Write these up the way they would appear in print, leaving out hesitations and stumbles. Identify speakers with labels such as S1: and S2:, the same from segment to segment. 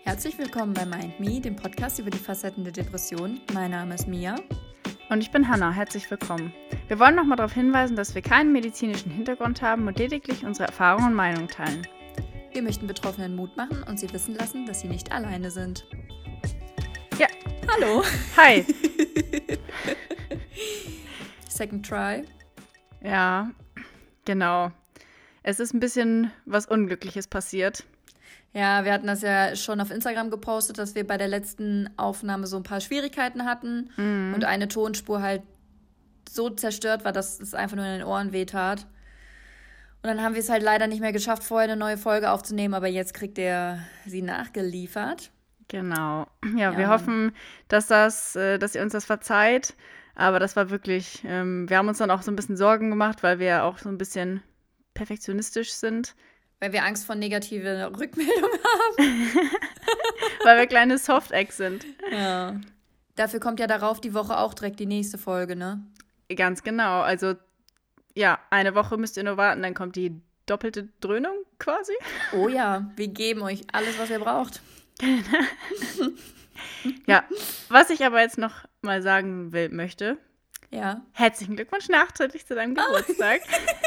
S1: Herzlich willkommen bei Mind Me, dem Podcast über die Facetten der Depression. Mein Name ist Mia.
S2: Und ich bin Hannah. Herzlich willkommen. Wir wollen nochmal darauf hinweisen, dass wir keinen medizinischen Hintergrund haben und lediglich unsere Erfahrungen und Meinungen teilen.
S1: Wir möchten Betroffenen Mut machen und sie wissen lassen, dass sie nicht alleine sind.
S2: Ja.
S1: Hallo.
S2: Hi.
S1: Second try.
S2: Ja, genau. Es ist ein bisschen was Unglückliches passiert.
S1: Ja, wir hatten das ja schon auf Instagram gepostet, dass wir bei der letzten Aufnahme so ein paar Schwierigkeiten hatten und eine Tonspur halt so zerstört war, dass es einfach nur in den Ohren wehtat. Und dann haben wir es halt leider nicht mehr geschafft, vorher eine neue Folge aufzunehmen, aber jetzt kriegt ihr sie nachgeliefert.
S2: Genau. Ja, wir hoffen, dass ihr uns das verzeiht. Aber das war wirklich, wir haben uns dann auch so ein bisschen Sorgen gemacht, weil wir auch so ein bisschen perfektionistisch sind.
S1: Weil wir Angst vor negativen Rückmeldungen haben.
S2: Weil wir kleine Soft-Eggs sind.
S1: Ja. Dafür kommt ja darauf die Woche auch direkt die nächste Folge, ne?
S2: Ganz genau. Also, ja, eine Woche müsst ihr nur warten, dann kommt die doppelte Dröhnung quasi.
S1: Oh ja, wir geben euch alles, was ihr braucht.
S2: Ja, was ich aber jetzt noch mal sagen möchte.
S1: Ja.
S2: Herzlichen Glückwunsch nachträglich zu deinem Geburtstag.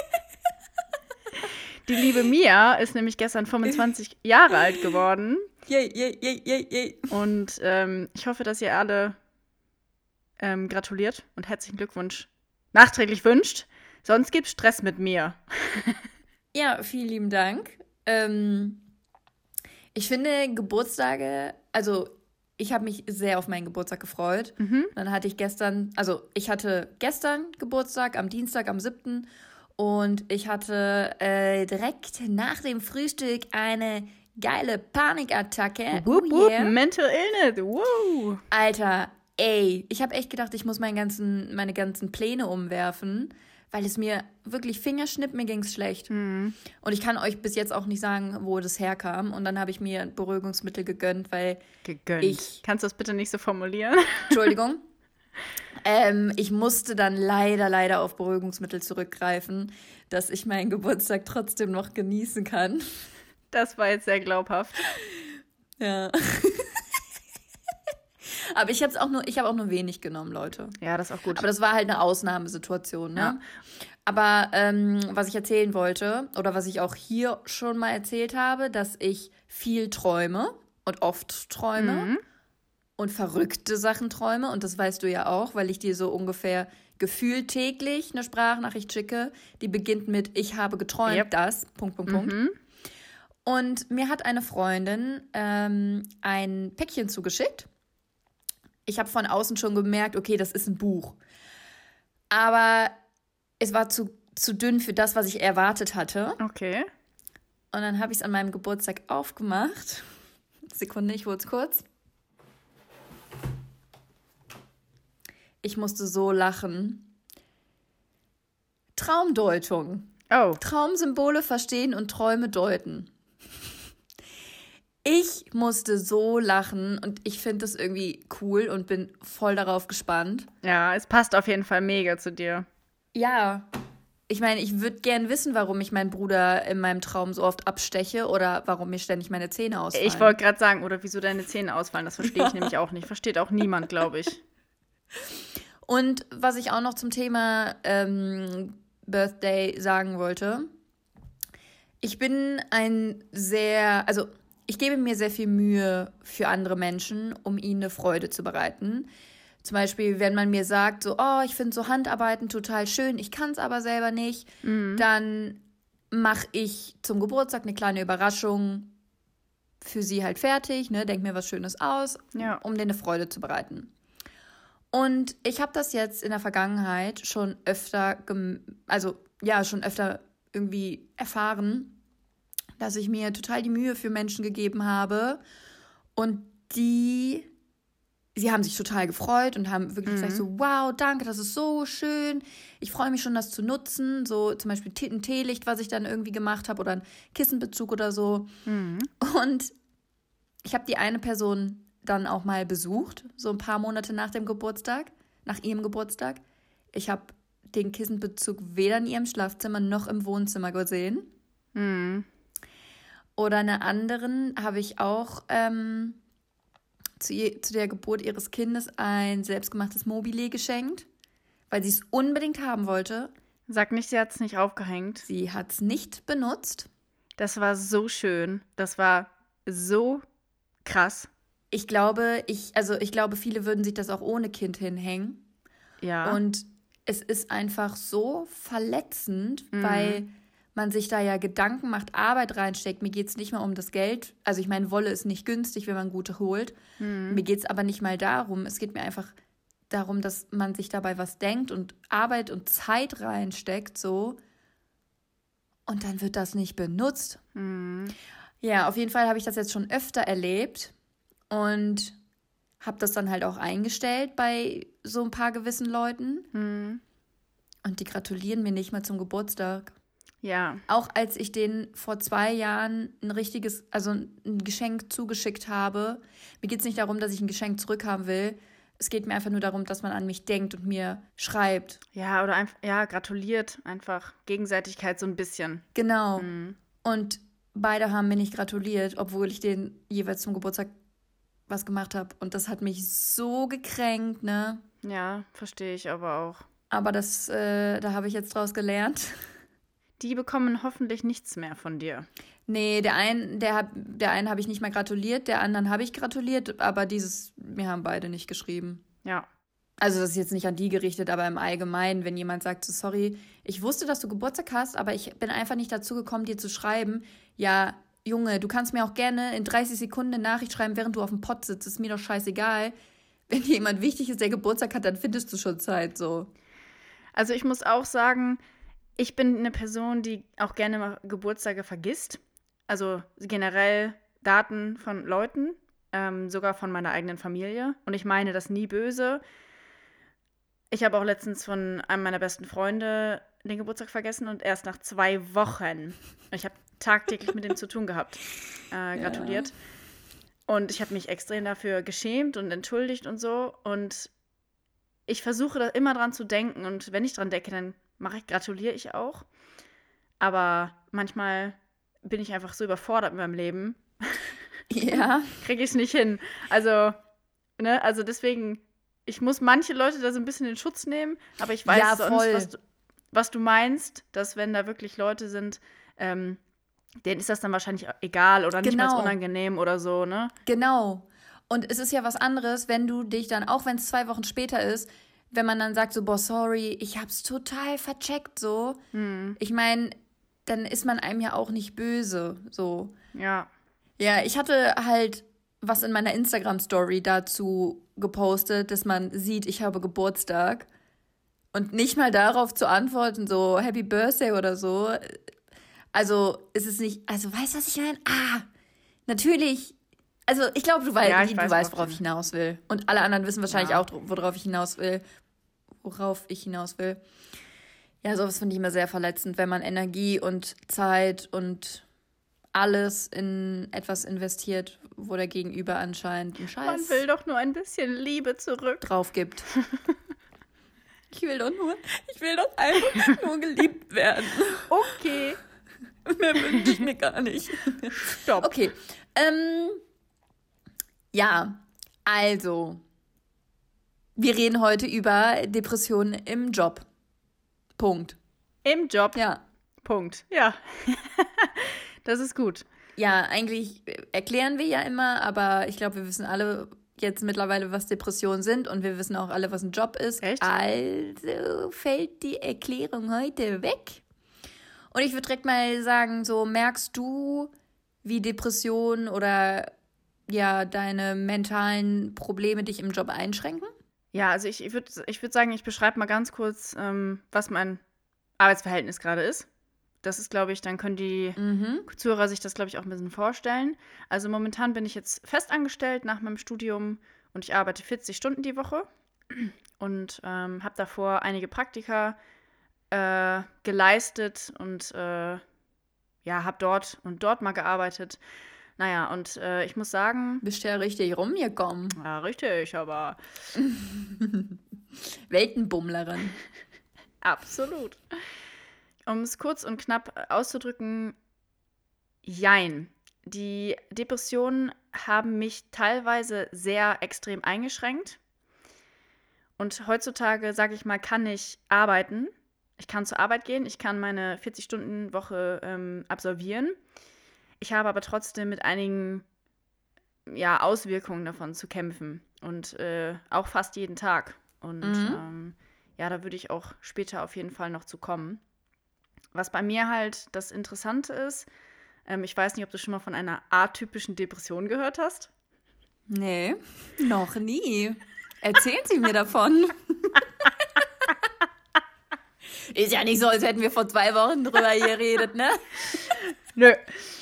S2: Die liebe Mia ist nämlich gestern 25 Jahre alt geworden.
S1: Yay.
S2: Und ich hoffe, dass ihr alle gratuliert und herzlichen Glückwunsch nachträglich wünscht. Sonst gibt's Stress mit mir.
S1: Ja, vielen lieben Dank. Ich finde Geburtstage, also ich habe mich sehr auf meinen Geburtstag gefreut. Dann hatte ich ich hatte gestern Geburtstag, am Dienstag, am 7. Und ich hatte direkt nach dem Frühstück eine geile Panikattacke.
S2: Wupp, wupp, Mental Illness, wow.
S1: Alter, ey, ich habe echt gedacht, ich muss meine ganzen Pläne umwerfen, weil es mir wirklich Fingerschnipp, mir ging's schlecht. Und ich kann euch bis jetzt auch nicht sagen, wo das herkam. Und dann habe ich mir Beruhigungsmittel gegönnt, weil
S2: Kannst du das bitte nicht so formulieren?
S1: Entschuldigung. Ich musste dann leider auf Beruhigungsmittel zurückgreifen, dass ich meinen Geburtstag trotzdem noch genießen kann.
S2: Das war jetzt sehr glaubhaft.
S1: Ja. Aber ich habe auch nur wenig genommen, Leute.
S2: Ja, das ist auch gut.
S1: Aber das war halt eine Ausnahmesituation, ne? Ja. Aber was ich erzählen wollte, oder was ich auch hier schon mal erzählt habe, dass ich viel träume und oft träume. Und verrückte Sachen träume. Und das weißt du ja auch, weil ich dir so ungefähr gefühlt täglich eine Sprachnachricht schicke, die beginnt mit Ich habe geträumt, das, .. Und mir hat eine Freundin ein Päckchen zugeschickt. Ich habe von außen schon gemerkt, okay, das ist ein Buch. Aber es war zu dünn für das, was ich erwartet hatte.
S2: Okay.
S1: Und dann habe ich es an meinem Geburtstag aufgemacht. Sekunde, ich hol's kurz. Ich musste so lachen. Traumdeutung.
S2: Oh.
S1: Traumsymbole verstehen und Träume deuten. Ich musste so lachen und ich finde das irgendwie cool und bin voll darauf gespannt.
S2: Ja, es passt auf jeden Fall mega zu dir.
S1: Ja, ich meine, ich würde gern wissen, warum ich meinen Bruder in meinem Traum so oft absteche oder warum mir ständig meine Zähne ausfallen.
S2: Ich wollte gerade sagen, oder wieso deine Zähne ausfallen, das verstehe ich nämlich auch nicht. Versteht auch niemand, glaube ich.
S1: Und was ich auch noch zum Thema Birthday sagen wollte, ich gebe mir sehr viel Mühe für andere Menschen, um ihnen eine Freude zu bereiten. Zum Beispiel, wenn man mir sagt, so, oh, ich finde so Handarbeiten total schön, ich kann es aber selber nicht, dann mache ich zum Geburtstag eine kleine Überraschung für sie halt fertig, ne, denke mir was Schönes aus, um denen eine Freude zu bereiten. Und ich habe das jetzt in der Vergangenheit schon öfter irgendwie erfahren, dass ich mir total die Mühe für Menschen gegeben habe und sie haben sich total gefreut und haben wirklich gesagt so, wow, danke, das ist so schön. Ich freue mich schon, das zu nutzen. So zum Beispiel ein Teelicht, was ich dann irgendwie gemacht habe oder ein Kissenbezug oder so. Und ich habe die eine Person dann auch mal besucht, so ein paar Monate nach ihrem Geburtstag. Ich habe den Kissenbezug weder in ihrem Schlafzimmer noch im Wohnzimmer gesehen. Oder einer anderen habe ich auch zu der Geburt ihres Kindes ein selbstgemachtes Mobile geschenkt, weil sie es unbedingt haben wollte.
S2: Sag nicht, sie hat es nicht aufgehängt.
S1: Sie hat es nicht benutzt.
S2: Das war so schön. Das war so krass.
S1: Ich glaube, viele würden sich das auch ohne Kind hinhängen.
S2: Ja.
S1: Und es ist einfach so verletzend, weil man sich da ja Gedanken macht, Arbeit reinsteckt. Mir geht es nicht mal um das Geld. Also ich meine, Wolle ist nicht günstig, wenn man gute holt. Mir geht es aber nicht mal darum. Es geht mir einfach darum, dass man sich dabei was denkt und Arbeit und Zeit reinsteckt, so. Und dann wird das nicht benutzt. Ja, auf jeden Fall habe ich das jetzt schon öfter erlebt und habe das dann halt auch eingestellt bei so ein paar gewissen Leuten. Und die gratulieren mir nicht mal zum Geburtstag.
S2: Ja.
S1: Auch als ich denen vor 2 Jahren ein Geschenk zugeschickt habe. Mir geht es nicht darum, dass ich ein Geschenk zurückhaben will. Es geht mir einfach nur darum, dass man an mich denkt und mir schreibt.
S2: Ja, oder einfach, gratuliert. Einfach Gegenseitigkeit so ein bisschen.
S1: Genau. Und beide haben mir nicht gratuliert, obwohl ich denen jeweils zum Geburtstag was gemacht habe. Und das hat mich so gekränkt, ne?
S2: Ja, verstehe ich aber auch.
S1: Aber da habe ich jetzt draus gelernt.
S2: Die bekommen hoffentlich nichts mehr von dir.
S1: Nee, der einen habe ich nicht mal gratuliert, der anderen habe ich gratuliert, aber mir haben beide nicht geschrieben.
S2: Ja.
S1: Also das ist jetzt nicht an die gerichtet, aber im Allgemeinen, wenn jemand sagt, so, sorry, ich wusste, dass du Geburtstag hast, aber ich bin einfach nicht dazu gekommen, dir zu schreiben. Ja, Junge, du kannst mir auch gerne in 30 Sekunden eine Nachricht schreiben, während du auf dem Pott sitzt, ist mir doch scheißegal. Wenn dir jemand wichtig ist, der Geburtstag hat, dann findest du schon Zeit, so.
S2: Also ich muss auch sagen, ich bin eine Person, die auch gerne mal Geburtstage vergisst. Also generell Daten von Leuten, sogar von meiner eigenen Familie. Und ich meine das nie böse. Ich habe auch letztens von einem meiner besten Freunde den Geburtstag vergessen und erst nach 2 Wochen. Ich habe tagtäglich mit dem zu tun gehabt. Gratuliert. Ja. Und ich habe mich extrem dafür geschämt und entschuldigt und so. Und ich versuche da immer dran zu denken. Und wenn ich dran denke, dann gratuliere ich auch. Aber manchmal bin ich einfach so überfordert mit meinem Leben.
S1: Ja.
S2: Kriege ich es nicht hin. Also deswegen, ich muss manche Leute da so ein bisschen in Schutz nehmen, aber ich weiß
S1: ja,
S2: sonst, was du meinst, dass wenn da wirklich Leute sind, denen ist das dann wahrscheinlich egal oder nicht mal unangenehm oder so, ne?
S1: Genau. Und es ist ja was anderes, wenn du dich dann, auch wenn es 2 Wochen später ist, wenn man dann sagt so, boah, sorry, ich hab's total vercheckt, so. Ich meine, dann ist man einem ja auch nicht böse, so.
S2: Ja.
S1: Ja, ich hatte halt was in meiner Instagram-Story dazu gepostet, dass man sieht, ich habe Geburtstag. Und nicht mal darauf zu antworten, so Happy Birthday oder so. Also ist es nicht, also weißt du, was ich meine? Natürlich. Also ich glaube, du weißt, worauf ich hinaus will. Und alle anderen wissen wahrscheinlich auch, worauf ich hinaus will. Ja, sowas finde ich immer sehr verletzend, wenn man Energie und Zeit und alles in etwas investiert, wo der Gegenüber anscheinend einen Scheiß
S2: Man will doch nur ein bisschen Liebe zurück.
S1: Drauf gibt. Ich will doch einfach nur geliebt werden.
S2: Okay.
S1: Mehr wünsche ich mir gar nicht.
S2: Stopp.
S1: Okay. Ja, also, wir reden heute über Depressionen im Job. Punkt.
S2: Im Job?
S1: Ja.
S2: Punkt. Ja. Das ist gut.
S1: Ja, eigentlich erklären wir ja immer, aber ich glaube, wir wissen alle jetzt mittlerweile, was Depressionen sind und wir wissen auch alle, was ein Job ist.
S2: Echt?
S1: Also fällt die Erklärung heute weg. Und ich würde direkt mal sagen, so merkst du, wie Depressionen oder ja, deine mentalen Probleme dich im Job einschränken?
S2: Ja, also ich würd sagen, ich beschreibe mal ganz kurz, was mein Arbeitsverhältnis gerade ist. Das ist, glaube ich, dann können die Zuhörer sich das, glaube ich, auch ein bisschen vorstellen. Also momentan bin ich jetzt festangestellt nach meinem Studium und ich arbeite 40 Stunden die Woche und habe davor einige Praktika geleistet und habe dort und dort mal gearbeitet. Naja, und ich muss sagen...
S1: Bist ja richtig rumgekommen.
S2: Ja, richtig, aber...
S1: Weltenbummlerin.
S2: Absolut. Um es kurz und knapp auszudrücken, jein. die Depressionen haben mich teilweise sehr extrem eingeschränkt. Und heutzutage, sage ich mal, kann ich arbeiten. Ich kann zur Arbeit gehen, ich kann meine 40-Stunden-Woche absolvieren. Ich habe aber trotzdem mit einigen Auswirkungen davon zu kämpfen. Und auch fast jeden Tag. Und da würde ich auch später auf jeden Fall noch zu kommen. Was bei mir halt das Interessante ist, ich weiß nicht, ob du schon mal von einer atypischen Depression gehört hast.
S1: Nee, noch nie. Erzählen Sie mir davon. Ist ja nicht so, als hätten wir vor 2 Wochen drüber geredet, ne?
S2: Nö.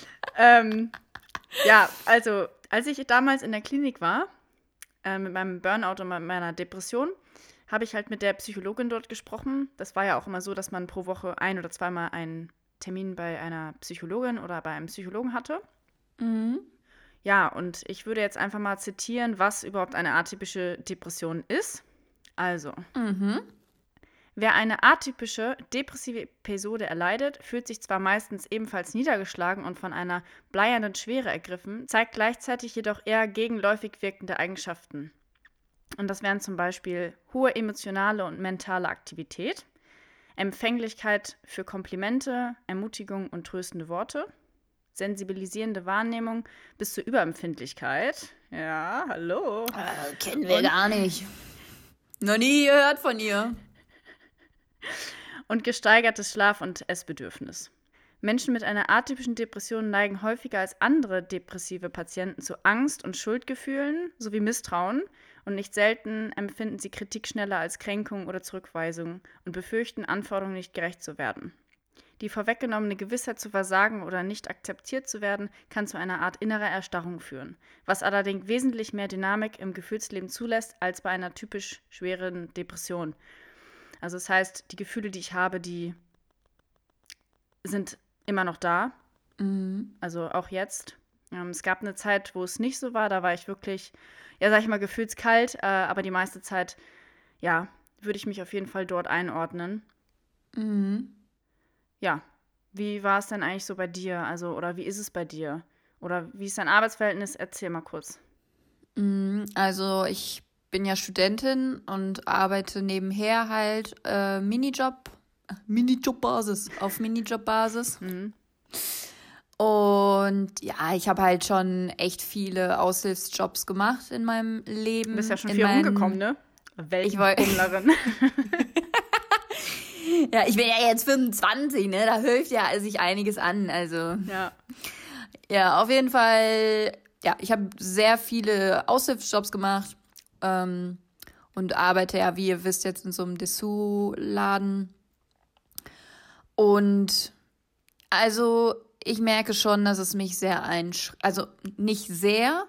S2: Also, als ich damals in der Klinik war, mit meinem Burnout und meiner Depression, habe ich halt mit der Psychologin dort gesprochen. Das war ja auch immer so, dass man pro Woche 1- oder 2-mal einen Termin bei einer Psychologin oder bei einem Psychologen hatte.
S1: Mhm.
S2: Ja, und ich würde jetzt einfach mal zitieren, was überhaupt eine atypische Depression ist. Also, wer eine atypische depressive Episode erleidet, fühlt sich zwar meistens ebenfalls niedergeschlagen und von einer bleiernen Schwere ergriffen, zeigt gleichzeitig jedoch eher gegenläufig wirkende Eigenschaften. Und das wären zum Beispiel hohe emotionale und mentale Aktivität, Empfänglichkeit für Komplimente, Ermutigung und tröstende Worte, sensibilisierende Wahrnehmung bis zur Überempfindlichkeit. Ja, hallo.
S1: Kennen wir gar nicht. Noch nie gehört von ihr.
S2: Und gesteigertes Schlaf- und Essbedürfnis. Menschen mit einer atypischen Depression neigen häufiger als andere depressive Patienten zu Angst und Schuldgefühlen sowie Misstrauen und nicht selten empfinden sie Kritik schneller als Kränkung oder Zurückweisung und befürchten, Anforderungen nicht gerecht zu werden. Die vorweggenommene Gewissheit zu versagen oder nicht akzeptiert zu werden, kann zu einer Art innerer Erstarrung führen, was allerdings wesentlich mehr Dynamik im Gefühlsleben zulässt als bei einer typisch schweren Depression. Also das heißt, die Gefühle, die ich habe, die sind immer noch da, also auch jetzt. Es gab eine Zeit, wo es nicht so war, da war ich wirklich, sag ich mal, gefühlskalt, aber die meiste Zeit, würde ich mich auf jeden Fall dort einordnen. Ja, wie war es denn eigentlich so bei dir? Also, oder wie ist es bei dir? Oder wie ist dein Arbeitsverhältnis? Erzähl mal kurz.
S1: Also ich bin ja Studentin und arbeite nebenher halt auf Minijobbasis. Und ja, ich habe halt schon echt viele Aushilfsjobs gemacht in meinem Leben.
S2: Du bist ja schon viel rumgekommen, ne? Weltenbummlerin.
S1: Ja, ich bin ja jetzt 25, ne? Da hilft ja sich einiges an. Also ja, auf jeden Fall. Ja, ich habe sehr viele Aushilfsjobs gemacht und arbeite ja, wie ihr wisst, jetzt in so einem Dessous-Laden. Und also ich merke schon, dass es mich sehr also nicht sehr,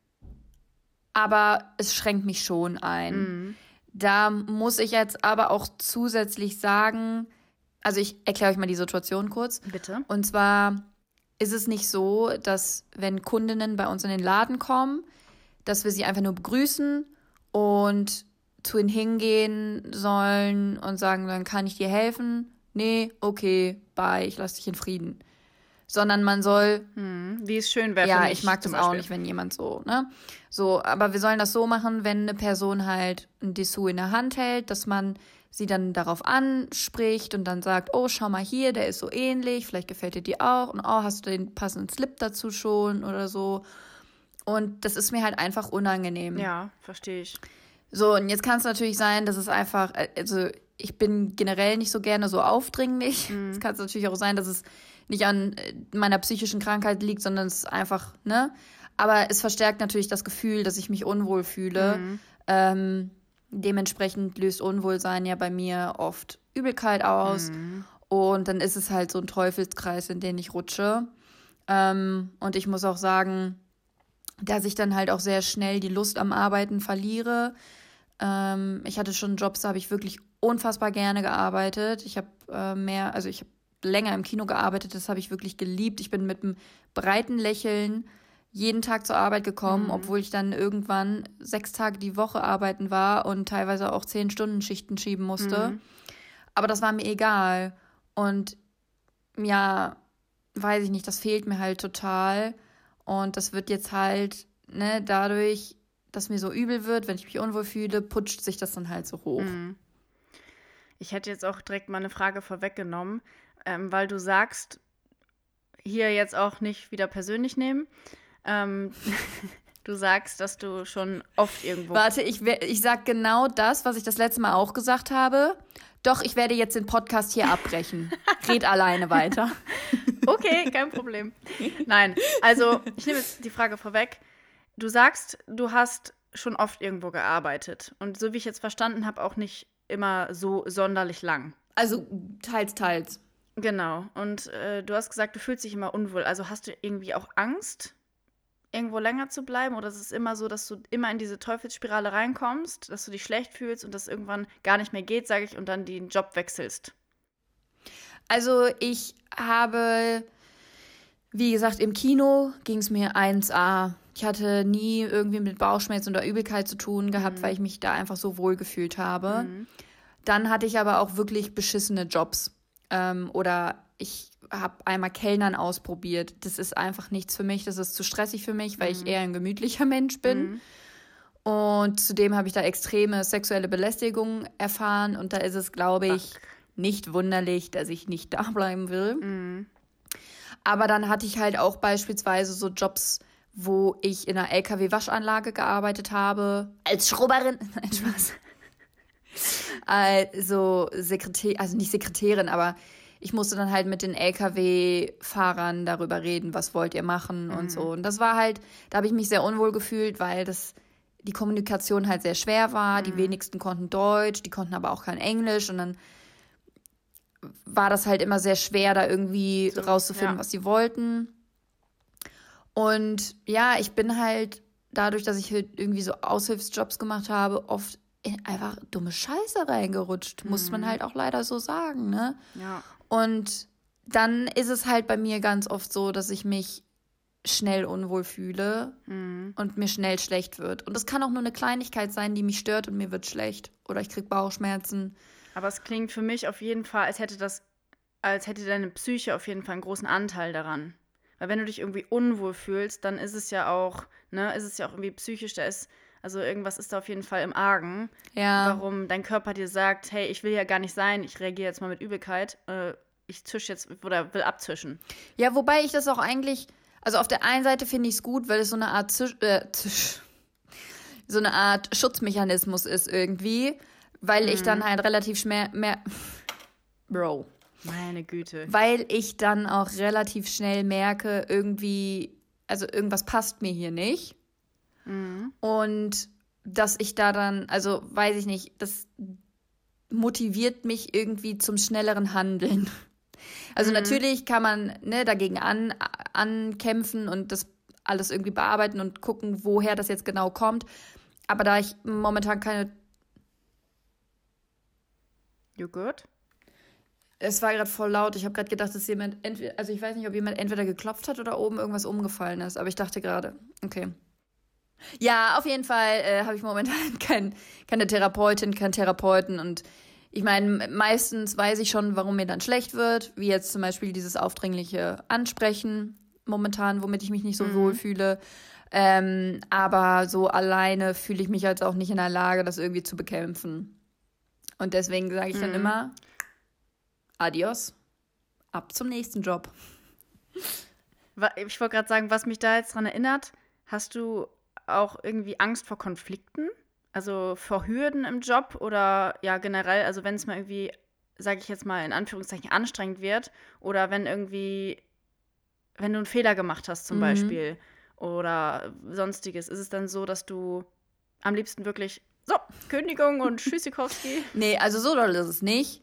S1: aber es schränkt mich schon ein. Da muss ich jetzt aber auch zusätzlich sagen, also ich erkläre euch mal die Situation kurz.
S2: Bitte.
S1: Und zwar ist es nicht so, dass wenn Kundinnen bei uns in den Laden kommen, dass wir sie einfach nur begrüßen und zu ihnen hingehen sollen und sagen, dann kann ich dir helfen? Nee, okay, bye, ich lasse dich in Frieden. Sondern man soll...
S2: Wie es schön wäre für mich.
S1: Ja, ich mag das auch nicht, wenn jemand so, ne? So, aber wir sollen das so machen, wenn eine Person halt ein Dessous in der Hand hält, dass man sie dann darauf anspricht und dann sagt, oh, schau mal hier, der ist so ähnlich, vielleicht gefällt dir die auch und oh, hast du den passenden Slip dazu schon oder so. Und das ist mir halt einfach unangenehm.
S2: Ja, verstehe ich.
S1: So, und jetzt kann es natürlich sein, dass es einfach, also ich bin generell nicht so gerne so aufdringlich. Es kann natürlich auch sein, dass es nicht an meiner psychischen Krankheit liegt, sondern es ist einfach, ne? Aber es verstärkt natürlich das Gefühl, dass ich mich unwohl fühle. Dementsprechend löst Unwohlsein ja bei mir oft Übelkeit aus. Und dann ist es halt so ein Teufelskreis, in den ich rutsche. Und ich muss auch sagen, dass ich dann halt auch sehr schnell die Lust am Arbeiten verliere. Ich hatte schon Jobs, da habe ich wirklich unfassbar gerne gearbeitet. Ich habe ich habe länger im Kino gearbeitet, das habe ich wirklich geliebt. Ich bin mit einem breiten Lächeln jeden Tag zur Arbeit gekommen, obwohl ich dann irgendwann 6 Tage die Woche arbeiten war und teilweise auch 10-Stunden-Schichten schieben musste. Aber das war mir egal. Und ja, weiß ich nicht, das fehlt mir halt total. Und das wird jetzt halt, ne, dadurch, dass mir so übel wird, wenn ich mich unwohl fühle, putscht sich das dann halt so hoch.
S2: Ich hätte jetzt auch direkt mal eine Frage vorweggenommen, weil du sagst, hier jetzt auch nicht wieder persönlich nehmen. Du sagst, dass du schon oft irgendwo...
S1: Warte, ich sag genau das, was ich das letzte Mal auch gesagt habe. Doch, ich werde jetzt den Podcast hier abbrechen. Red alleine weiter.
S2: Okay, kein Problem. Nein, also ich nehme jetzt die Frage vorweg. Du sagst, du hast schon oft irgendwo gearbeitet. Und so wie ich jetzt verstanden habe, auch nicht immer so sonderlich lang.
S1: Also teils.
S2: Genau. Und du hast gesagt, du fühlst dich immer unwohl. Also hast du irgendwie auch Angst, irgendwo länger zu bleiben? Oder ist es immer so, dass du immer in diese Teufelsspirale reinkommst, dass du dich schlecht fühlst und das irgendwann gar nicht mehr geht, sage ich, und dann den Job wechselst?
S1: Also ich habe, wie gesagt, im Kino ging es mir 1A. Ich hatte nie irgendwie mit Bauchschmerzen oder Übelkeit zu tun gehabt, weil ich mich da einfach so wohl gefühlt habe. Dann hatte ich aber auch wirklich beschissene Jobs. Oder ich habe einmal Kellnern ausprobiert. Das ist einfach nichts für mich. Das ist zu stressig für mich, weil ich eher ein gemütlicher Mensch bin. Und zudem habe ich da extreme sexuelle Belästigung erfahren. Und da ist es, glaube ich, nicht wunderlich, dass ich nicht da bleiben will. Aber dann hatte ich halt auch beispielsweise so Jobs, wo ich in einer LKW-Waschanlage gearbeitet habe. Als Schrubberin. Nein, Spaß. Also also nicht Sekretärin, aber ich musste dann halt mit den LKW-Fahrern darüber reden, was wollt ihr machen und so. Und das war halt, da habe ich mich sehr unwohl gefühlt, weil die Kommunikation halt sehr schwer war. Die wenigsten konnten Deutsch, die konnten aber auch kein Englisch. Und dann war das halt immer sehr schwer, da irgendwie rauszufinden, was sie wollten. Und ja, ich bin halt dadurch, dass ich halt irgendwie so Aushilfsjobs gemacht habe, oft in einfach dumme Scheiße reingerutscht, muss man halt auch leider so sagen, ne?
S2: Ja.
S1: Und dann ist es halt bei mir ganz oft so, dass ich mich schnell unwohl fühle und mir schnell schlecht wird. Und das kann auch nur eine Kleinigkeit sein, die mich stört und mir wird schlecht. Oder ich kriege Bauchschmerzen.
S2: Aber es klingt für mich auf jeden Fall, als hätte deine Psyche auf jeden Fall einen großen Anteil daran. Weil wenn du dich irgendwie unwohl fühlst, dann ist es ja auch, irgendwie psychisch, also irgendwas ist da auf jeden Fall im Argen.
S1: Ja.
S2: Warum dein Körper dir sagt, hey, ich will ja gar nicht sein, ich reagiere jetzt mal mit Übelkeit, ich zische jetzt oder will abzischen.
S1: Ja, wobei ich das auch eigentlich, also auf der einen Seite finde ich es gut, weil es so eine Art so eine Art Schutzmechanismus ist irgendwie, weil ich dann halt relativ mehr Bro.
S2: Meine Güte.
S1: Weil ich dann auch relativ schnell merke, irgendwie, also irgendwas passt mir hier nicht. Und dass ich da dann, also weiß ich nicht, das motiviert mich irgendwie zum schnelleren Handeln. Also natürlich kann man dagegen ankämpfen und das alles irgendwie bearbeiten und gucken, woher das jetzt genau kommt. Aber da ich momentan keine...
S2: You good?
S1: Es war gerade voll laut. Ich habe gerade gedacht, dass jemand also ich weiß nicht, ob jemand entweder geklopft hat oder oben irgendwas umgefallen ist. Aber ich dachte gerade, okay. Ja, auf jeden Fall habe ich momentan keine Therapeutin, keinen Therapeuten. Und ich meine, meistens weiß ich schon, warum mir dann schlecht wird. Wie jetzt zum Beispiel dieses aufdringliche Ansprechen momentan, womit ich mich nicht so wohl fühle. Aber so alleine fühle ich mich jetzt auch nicht in der Lage, das irgendwie zu bekämpfen. Und deswegen sage ich dann immer, adios, ab zum nächsten Job.
S2: Ich wollte gerade sagen, was mich da jetzt dran erinnert, hast du auch irgendwie Angst vor Konflikten? Also vor Hürden im Job oder ja generell, also wenn es mal irgendwie, sage ich jetzt mal in Anführungszeichen, anstrengend wird oder wenn du einen Fehler gemacht hast zum Beispiel oder sonstiges, ist es dann so, dass du am liebsten wirklich, so, Kündigung und Tschüssikowski?
S1: Nee, also so doll ist es nicht.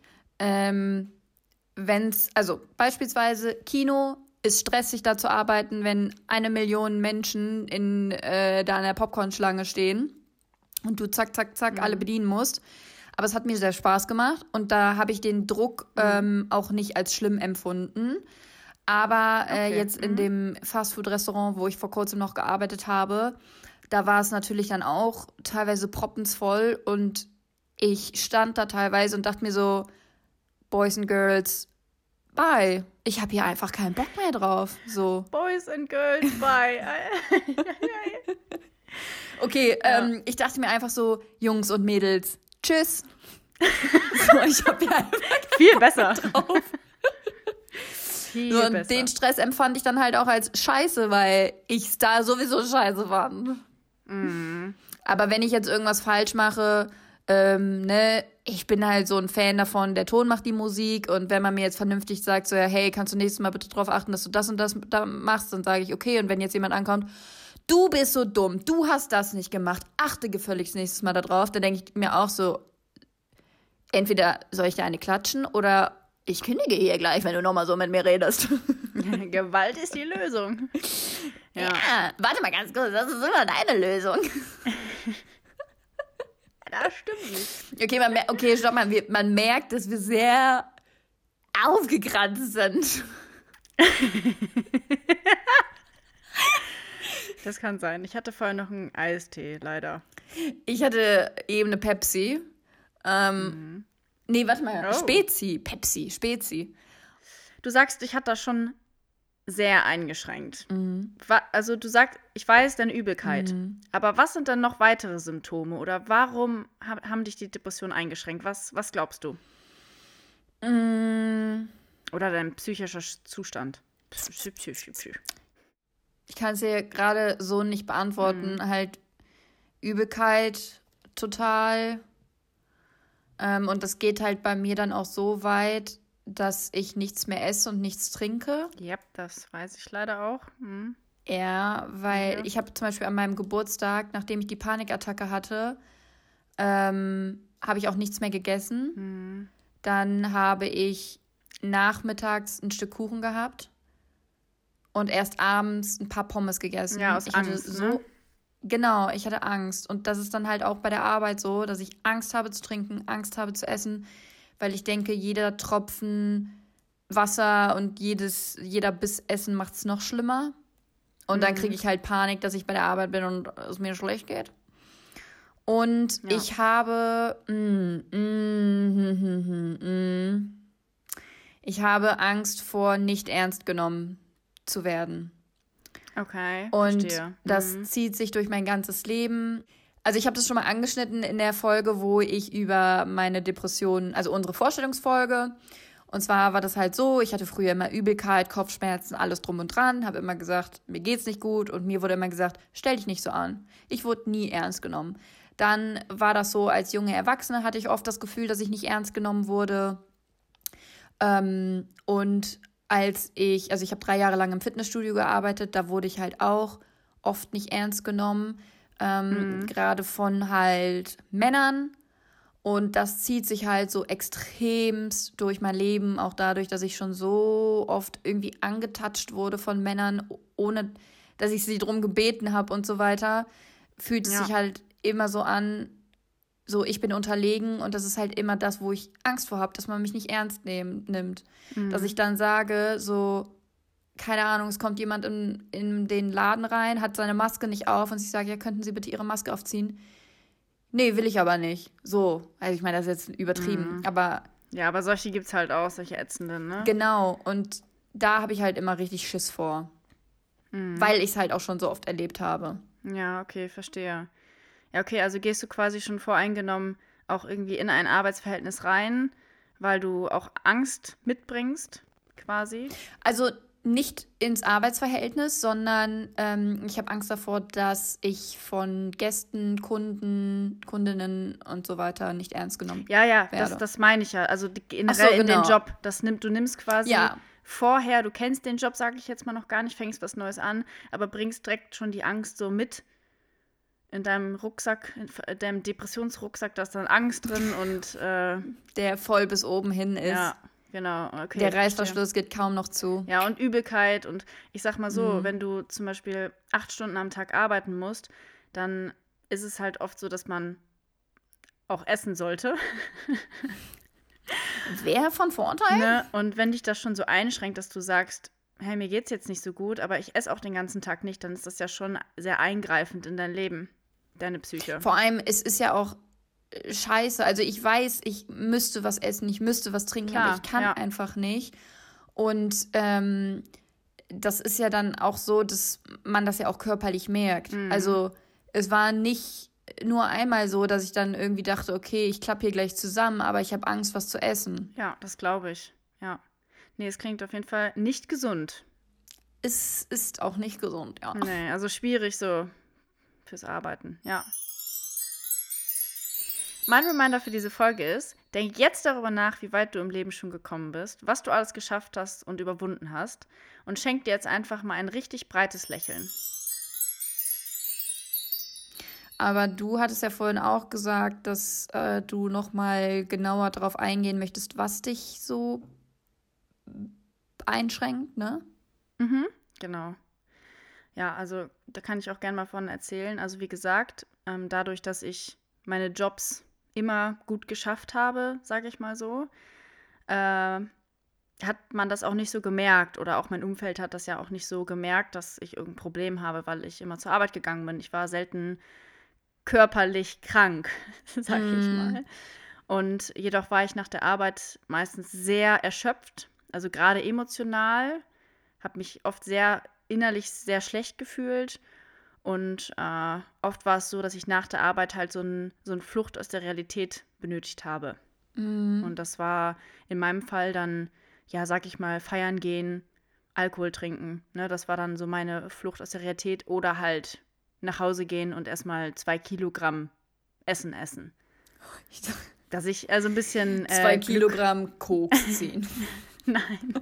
S1: Also beispielsweise Kino ist stressig, da zu arbeiten, wenn 1 Million Menschen da an der Popcornschlange stehen und du zack, zack, zack alle bedienen musst. Aber es hat mir sehr Spaß gemacht und da habe ich den Druck auch nicht als schlimm empfunden. Aber jetzt in dem Fastfood-Restaurant, wo ich vor kurzem noch gearbeitet habe, da war es natürlich dann auch teilweise proppensvoll und ich stand da teilweise und dachte mir so, Boys and Girls, bye. Ich habe hier einfach keinen Bock mehr drauf. So.
S2: Boys and Girls, bye.
S1: Okay, ich dachte mir einfach so, Jungs und Mädels, tschüss. So, ich habe hier einfach
S2: viel besser
S1: drauf.
S2: Viel
S1: So, und
S2: besser.
S1: den Stress empfand ich dann halt auch als scheiße, weil ich da sowieso scheiße fand. Aber wenn ich jetzt irgendwas falsch mache, ich bin halt so ein Fan davon, der Ton macht die Musik, und wenn man mir jetzt vernünftig sagt, so, ja, hey, kannst du nächstes Mal bitte drauf achten, dass du das und das da machst, dann sage ich, okay. Und wenn jetzt jemand ankommt, du bist so dumm, du hast das nicht gemacht, achte gefälligst nächstes Mal da drauf, dann denke ich mir auch so, entweder soll ich dir eine klatschen oder ich kündige hier gleich, wenn du nochmal so mit mir redest.
S2: Gewalt ist die Lösung.
S1: Ja, warte mal ganz kurz, das ist immer deine Lösung.
S2: Das stimmt nicht.
S1: Okay, stopp mal, man merkt, dass wir sehr aufgekratzt sind.
S2: Das kann sein. Ich hatte vorher noch einen Eistee, leider.
S1: Ich hatte eben eine Pepsi. Nee, warte mal.
S2: Oh.
S1: Spezi.
S2: Du sagst, ich hatte das schon sehr eingeschränkt. Also du sagst, ich weiß, deine Übelkeit. Aber was sind dann noch weitere Symptome? Oder warum haben dich die Depressionen eingeschränkt? Was glaubst du? Oder dein psychischer Zustand?
S1: Ich kann es dir gerade so nicht beantworten. Halt Übelkeit total. Und das geht halt bei mir dann auch so weit, dass ich nichts mehr esse und nichts trinke.
S2: Ja, das weiß ich leider auch.
S1: Ja, weil ich habe zum Beispiel an meinem Geburtstag, nachdem ich die Panikattacke hatte, habe ich auch nichts mehr gegessen. Dann habe ich nachmittags ein Stück Kuchen gehabt und erst abends ein paar Pommes gegessen.
S2: Ja, aus Angst, ne?
S1: Genau, ich hatte Angst. Und das ist dann halt auch bei der Arbeit so, dass ich Angst habe zu trinken, Angst habe zu essen, weil ich denke, jeder Tropfen Wasser und jeder Biss Essen macht es noch schlimmer. Und dann kriege ich halt Panik, dass ich bei der Arbeit bin und es mir schlecht geht. Und ich habe Angst vor, nicht ernst genommen zu werden.
S2: Okay,
S1: und
S2: verstehe.
S1: Das zieht sich durch mein ganzes Leben. Also ich habe das schon mal angeschnitten in der Folge, wo ich über meine Depressionen, also unsere Vorstellungsfolge. Und zwar war das halt so, ich hatte früher immer Übelkeit, Kopfschmerzen, alles drum und dran, habe immer gesagt, mir geht's nicht gut, und mir wurde immer gesagt, stell dich nicht so an. Ich wurde nie ernst genommen. Dann war das so, als junge Erwachsene hatte ich oft das Gefühl, dass ich nicht ernst genommen wurde. Und ich habe 3 Jahre lang im Fitnessstudio gearbeitet, da wurde ich halt auch oft nicht ernst genommen, gerade von halt Männern. Und das zieht sich halt so extremst durch mein Leben, auch dadurch, dass ich schon so oft irgendwie angetatscht wurde von Männern, ohne dass ich sie drum gebeten habe und so weiter, fühlt es sich halt immer so an, so ich bin unterlegen, und das ist halt immer das, wo ich Angst vor habe, dass man mich nicht ernst nimmt. Dass ich dann sage, so, keine Ahnung, es kommt jemand in den Laden rein, hat seine Maske nicht auf, und ich sage, ja, könnten Sie bitte Ihre Maske aufziehen? Nee, will ich aber nicht. So, also ich meine, das ist jetzt übertrieben, aber...
S2: Ja, aber solche gibt's halt auch, solche ätzenden, ne?
S1: Genau, und da habe ich halt immer richtig Schiss vor. Weil ich es halt auch schon so oft erlebt habe.
S2: Ja, okay, verstehe. Ja, okay, also gehst du quasi schon voreingenommen auch irgendwie in ein Arbeitsverhältnis rein, weil du auch Angst mitbringst, quasi?
S1: Also nicht ins Arbeitsverhältnis, sondern ich habe Angst davor, dass ich von Gästen, Kunden, Kundinnen und so weiter nicht ernst genommen werde.
S2: Das meine ich ja. Also generell in den Job. Du nimmst quasi vorher, du kennst den Job, sage ich jetzt mal noch gar nicht, fängst was Neues an, aber bringst direkt schon die Angst so mit in deinem Rucksack, in deinem Depressionsrucksack, da ist dann Angst drin und
S1: der voll bis oben hin ist.
S2: Ja. Genau, okay.
S1: Der Reißverschluss geht kaum noch zu.
S2: Ja, und Übelkeit. Und ich sag mal so, wenn du zum Beispiel 8 Stunden am Tag arbeiten musst, dann ist es halt oft so, dass man auch essen sollte.
S1: Wäre von Vorteil.
S2: Ne? Und wenn dich das schon so einschränkt, dass du sagst, hey, mir geht's jetzt nicht so gut, aber ich esse auch den ganzen Tag nicht, dann ist das ja schon sehr eingreifend in dein Leben, deine Psyche.
S1: Vor allem, es ist ja auch scheiße. Also ich weiß, ich müsste was essen, ich müsste was trinken, aber ich kann einfach nicht. Und das ist ja dann auch so, dass man das ja auch körperlich merkt. Also es war nicht nur einmal so, dass ich dann irgendwie dachte, okay, ich klappe hier gleich zusammen, aber ich habe Angst, was zu essen.
S2: Ja, das glaube ich. Ja. Nee, es klingt auf jeden Fall nicht gesund.
S1: Es ist auch nicht gesund, ja.
S2: Nee, also schwierig so fürs Arbeiten, ja. Mein Reminder für diese Folge ist, denk jetzt darüber nach, wie weit du im Leben schon gekommen bist, was du alles geschafft hast und überwunden hast und schenk dir jetzt einfach mal ein richtig breites Lächeln.
S1: Aber du hattest ja vorhin auch gesagt, dass du noch mal genauer darauf eingehen möchtest, was dich so einschränkt, ne?
S2: Genau. Ja, also da kann ich auch gerne mal von erzählen. Also wie gesagt, dadurch, dass ich meine Jobs immer gut geschafft habe, sage ich mal so, hat man das auch nicht so gemerkt oder auch mein Umfeld hat das ja auch nicht so gemerkt, dass ich irgendein Problem habe, weil ich immer zur Arbeit gegangen bin. Ich war selten körperlich krank, sage ich mal. Und jedoch war ich nach der Arbeit meistens sehr erschöpft, also gerade emotional, habe mich oft innerlich sehr schlecht gefühlt. Und oft war es so, dass ich nach der Arbeit halt so eine Flucht aus der Realität benötigt habe. Und das war in meinem Fall dann, ja, sag ich mal, feiern gehen, Alkohol trinken. Ne? Das war dann so meine Flucht aus der Realität oder halt nach Hause gehen und erstmal 2 Kilogramm Essen. Dass ich also ein bisschen
S1: 2 Kilogramm Koks ziehen.
S2: Nein.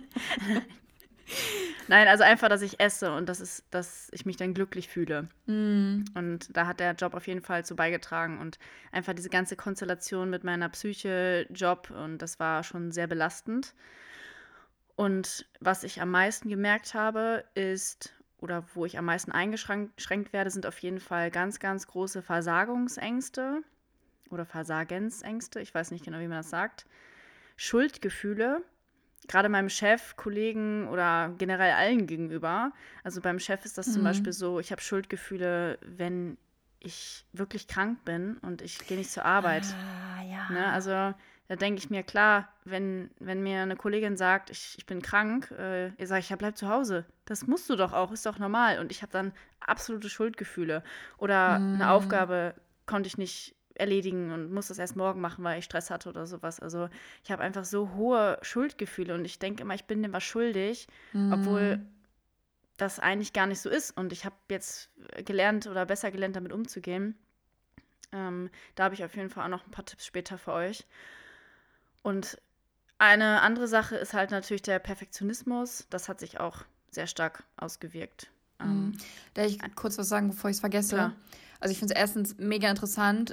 S2: Nein, also einfach, dass ich esse und dass ich mich dann glücklich fühle. Und da hat der Job auf jeden Fall zu beigetragen und einfach diese ganze Konstellation mit meiner Psyche, Job und das war schon sehr belastend. Und was ich am meisten gemerkt habe, ist, oder wo ich am meisten eingeschränkt werde, sind auf jeden Fall ganz, ganz große Versagungsängste oder Versagensängste, ich weiß nicht genau, wie man das sagt, Schuldgefühle. Gerade meinem Chef, Kollegen oder generell allen gegenüber. Also beim Chef ist das zum Beispiel so, ich habe Schuldgefühle, wenn ich wirklich krank bin und ich gehe nicht zur Arbeit.
S1: Ja.
S2: Ne? Also da denke ich mir, klar, wenn mir eine Kollegin sagt, ich bin krank, ihr sage ich, ja, bleib zu Hause. Das musst du doch auch, ist doch normal. Und ich habe dann absolute Schuldgefühle. Oder eine Aufgabe konnte ich nicht erledigen und muss das erst morgen machen, weil ich Stress hatte oder sowas. Also ich habe einfach so hohe Schuldgefühle und ich denke immer, ich bin dem was schuldig, obwohl das eigentlich gar nicht so ist. Und ich habe jetzt gelernt oder besser gelernt, damit umzugehen. Da habe ich auf jeden Fall auch noch ein paar Tipps später für euch. Und eine andere Sache ist halt natürlich der Perfektionismus. Das hat sich auch sehr stark ausgewirkt.
S1: Darf ich kurz was sagen, bevor ich es vergesse?
S2: Klar.
S1: Also ich finde es erstens mega interessant.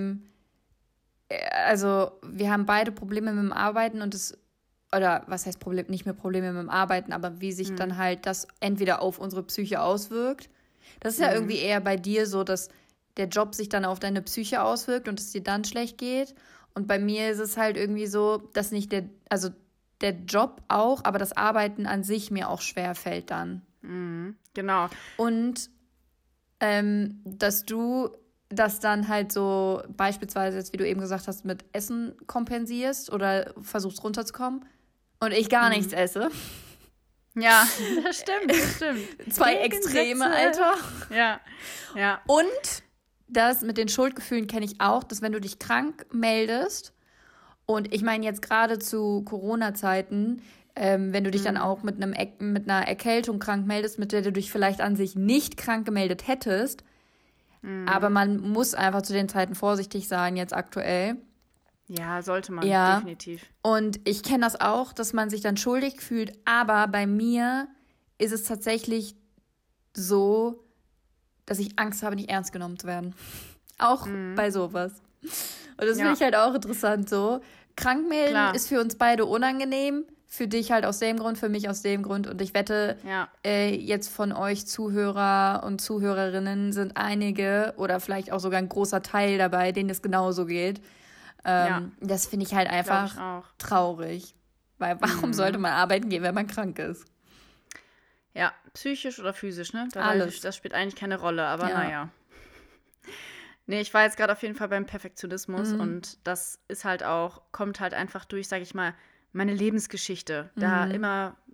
S1: Also wir haben beide Probleme mit dem Arbeiten und oder was heißt Problem, nicht mehr Probleme mit dem Arbeiten, aber wie sich dann halt das entweder auf unsere Psyche auswirkt. Das ist ja irgendwie eher bei dir so, dass der Job sich dann auf deine Psyche auswirkt und es dir dann schlecht geht. Und bei mir ist es halt irgendwie so, dass nicht der Job auch, aber das Arbeiten an sich mir auch schwer fällt dann.
S2: Genau.
S1: Und dass du das dann halt so beispielsweise, jetzt wie du eben gesagt hast, mit Essen kompensierst oder versuchst runterzukommen und ich gar nichts esse.
S2: Ja, das stimmt.
S1: 2 Extreme, Alter.
S2: Ja.
S1: Und das mit den Schuldgefühlen kenne ich auch, dass wenn du dich krank meldest und ich meine jetzt gerade zu Corona-Zeiten, wenn du dich dann auch mit einer Erkältung krank meldest, mit der du dich vielleicht an sich nicht krank gemeldet hättest. Aber man muss einfach zu den Zeiten vorsichtig sein, jetzt aktuell.
S2: Ja, sollte man,
S1: Ja.
S2: definitiv.
S1: Und ich kenne das auch, dass man sich dann schuldig fühlt. Aber bei mir ist es tatsächlich so, dass ich Angst habe, nicht ernst genommen zu werden. Auch bei sowas. Und das finde ich halt auch interessant so. Krankmelden ist für uns beide unangenehm. Für dich halt aus dem Grund, für mich aus dem Grund. Und ich wette, jetzt von euch Zuhörer und Zuhörerinnen sind einige oder vielleicht auch sogar ein großer Teil dabei, denen es genauso geht. Das finde ich halt einfach traurig. Weil warum sollte man arbeiten gehen, wenn man krank ist?
S2: Ja, psychisch oder physisch, ne?
S1: Alles.
S2: Das spielt eigentlich keine Rolle, aber naja. Nee, ich war jetzt gerade auf jeden Fall beim Perfektionismus und das ist halt auch, kommt halt einfach durch, sag ich mal, meine Lebensgeschichte. Da immer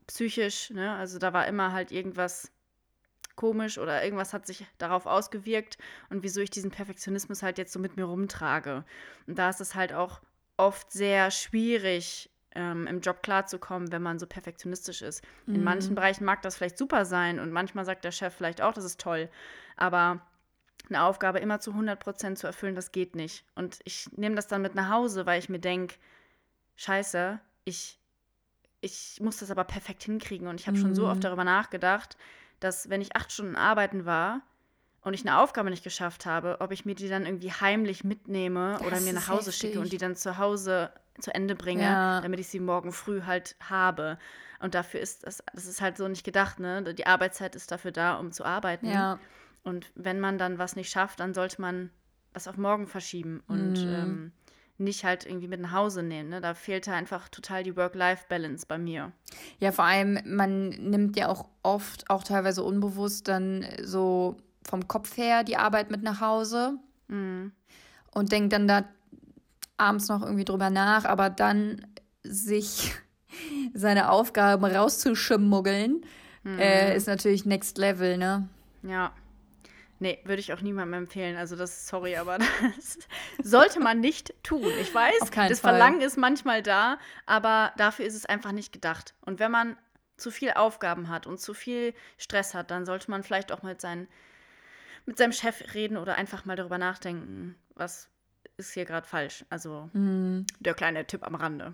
S2: psychisch, ne? Also da war immer halt irgendwas komisch oder irgendwas hat sich darauf ausgewirkt und wieso ich diesen Perfektionismus halt jetzt so mit mir rumtrage. Und da ist es halt auch oft sehr schwierig, im Job klarzukommen, wenn man so perfektionistisch ist. In manchen Bereichen mag das vielleicht super sein und manchmal sagt der Chef vielleicht auch, das ist toll, aber eine Aufgabe immer zu 100% zu erfüllen, das geht nicht. Und ich nehme das dann mit nach Hause, weil ich mir denke, scheiße, ich muss das aber perfekt hinkriegen. Und ich habe schon so oft darüber nachgedacht, dass wenn ich 8 Stunden arbeiten war und ich eine Aufgabe nicht geschafft habe, ob ich mir die dann irgendwie heimlich mitnehme oder
S1: Das
S2: mir
S1: ist
S2: nach Hause
S1: heftig.
S2: schicke und die dann zu Hause zu Ende bringe,
S1: Ja.
S2: damit ich sie morgen früh halt habe. Und dafür ist das ist halt so nicht gedacht, ne? Die Arbeitszeit ist dafür da, um zu arbeiten.
S1: Ja.
S2: Und wenn man dann was nicht schafft, dann sollte man das auf morgen verschieben und nicht halt irgendwie mit nach Hause nehmen. Ne? Da fehlte einfach total die Work-Life-Balance bei mir.
S1: Ja, vor allem, man nimmt ja auch oft, auch teilweise unbewusst, dann so vom Kopf her die Arbeit mit nach Hause und denkt dann da abends noch irgendwie drüber nach, aber dann sich seine Aufgaben rauszuschmuggeln, ist natürlich Next Level, ne?
S2: Ja. Nee, würde ich auch niemandem empfehlen. Also das, sorry, aber das sollte man nicht tun. Ich weiß,
S1: Auf keinen
S2: das
S1: Fall.
S2: Verlangen ist manchmal da, aber dafür ist es einfach nicht gedacht. Und wenn man zu viel Aufgaben hat und zu viel Stress hat, dann sollte man vielleicht auch mit seinem Chef reden oder einfach mal darüber nachdenken, was ist hier gerade falsch. Also der kleine Tipp am Rande.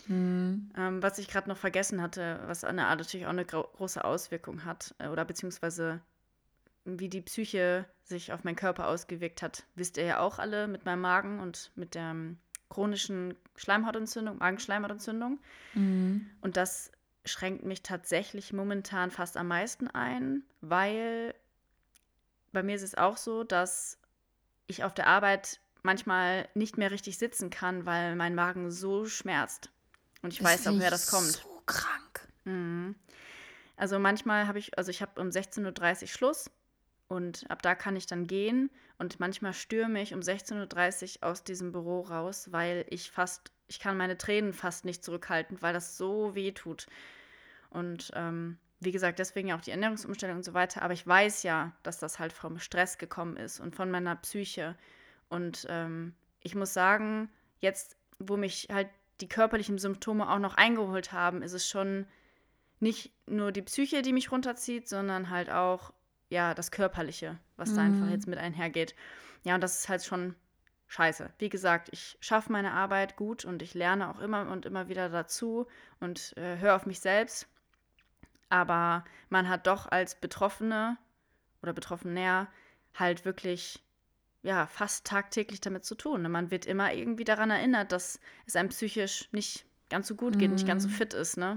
S2: Was ich gerade noch vergessen hatte, was natürlich auch eine große Auswirkung hat, oder beziehungsweise wie die Psyche sich auf meinen Körper ausgewirkt hat, wisst ihr ja auch alle mit meinem Magen und mit der chronischen Schleimhautentzündung, Magenschleimhautentzündung. Und das schränkt mich tatsächlich momentan fast am meisten ein, weil bei mir ist es auch so, dass ich auf der Arbeit manchmal nicht mehr richtig sitzen kann, weil mein Magen so schmerzt. Und ich weiß auch, woher das kommt.
S1: So krank.
S2: Also manchmal habe ich um 16:30 Uhr Schluss und ab da kann ich dann gehen und manchmal stürme ich um 16:30 Uhr aus diesem Büro raus, weil ich kann meine Tränen fast nicht zurückhalten, weil das so weh tut. Und wie gesagt, deswegen auch die Ernährungsumstellung und so weiter. Aber ich weiß ja, dass das halt vom Stress gekommen ist und von meiner Psyche. Und ich muss sagen, jetzt, wo mich halt die körperlichen Symptome auch noch eingeholt haben, ist es schon nicht nur die Psyche, die mich runterzieht, sondern halt auch, ja, das Körperliche, was da einfach jetzt mit einhergeht. Ja, und das ist halt schon scheiße. Wie gesagt, ich schaffe meine Arbeit gut und ich lerne auch immer und immer wieder dazu und höre auf mich selbst. Aber man hat doch als Betroffene oder Betroffener halt wirklich, ja, fast tagtäglich damit zu tun. Man wird immer irgendwie daran erinnert, dass es einem psychisch nicht ganz so gut geht, nicht ganz so fit ist, ne?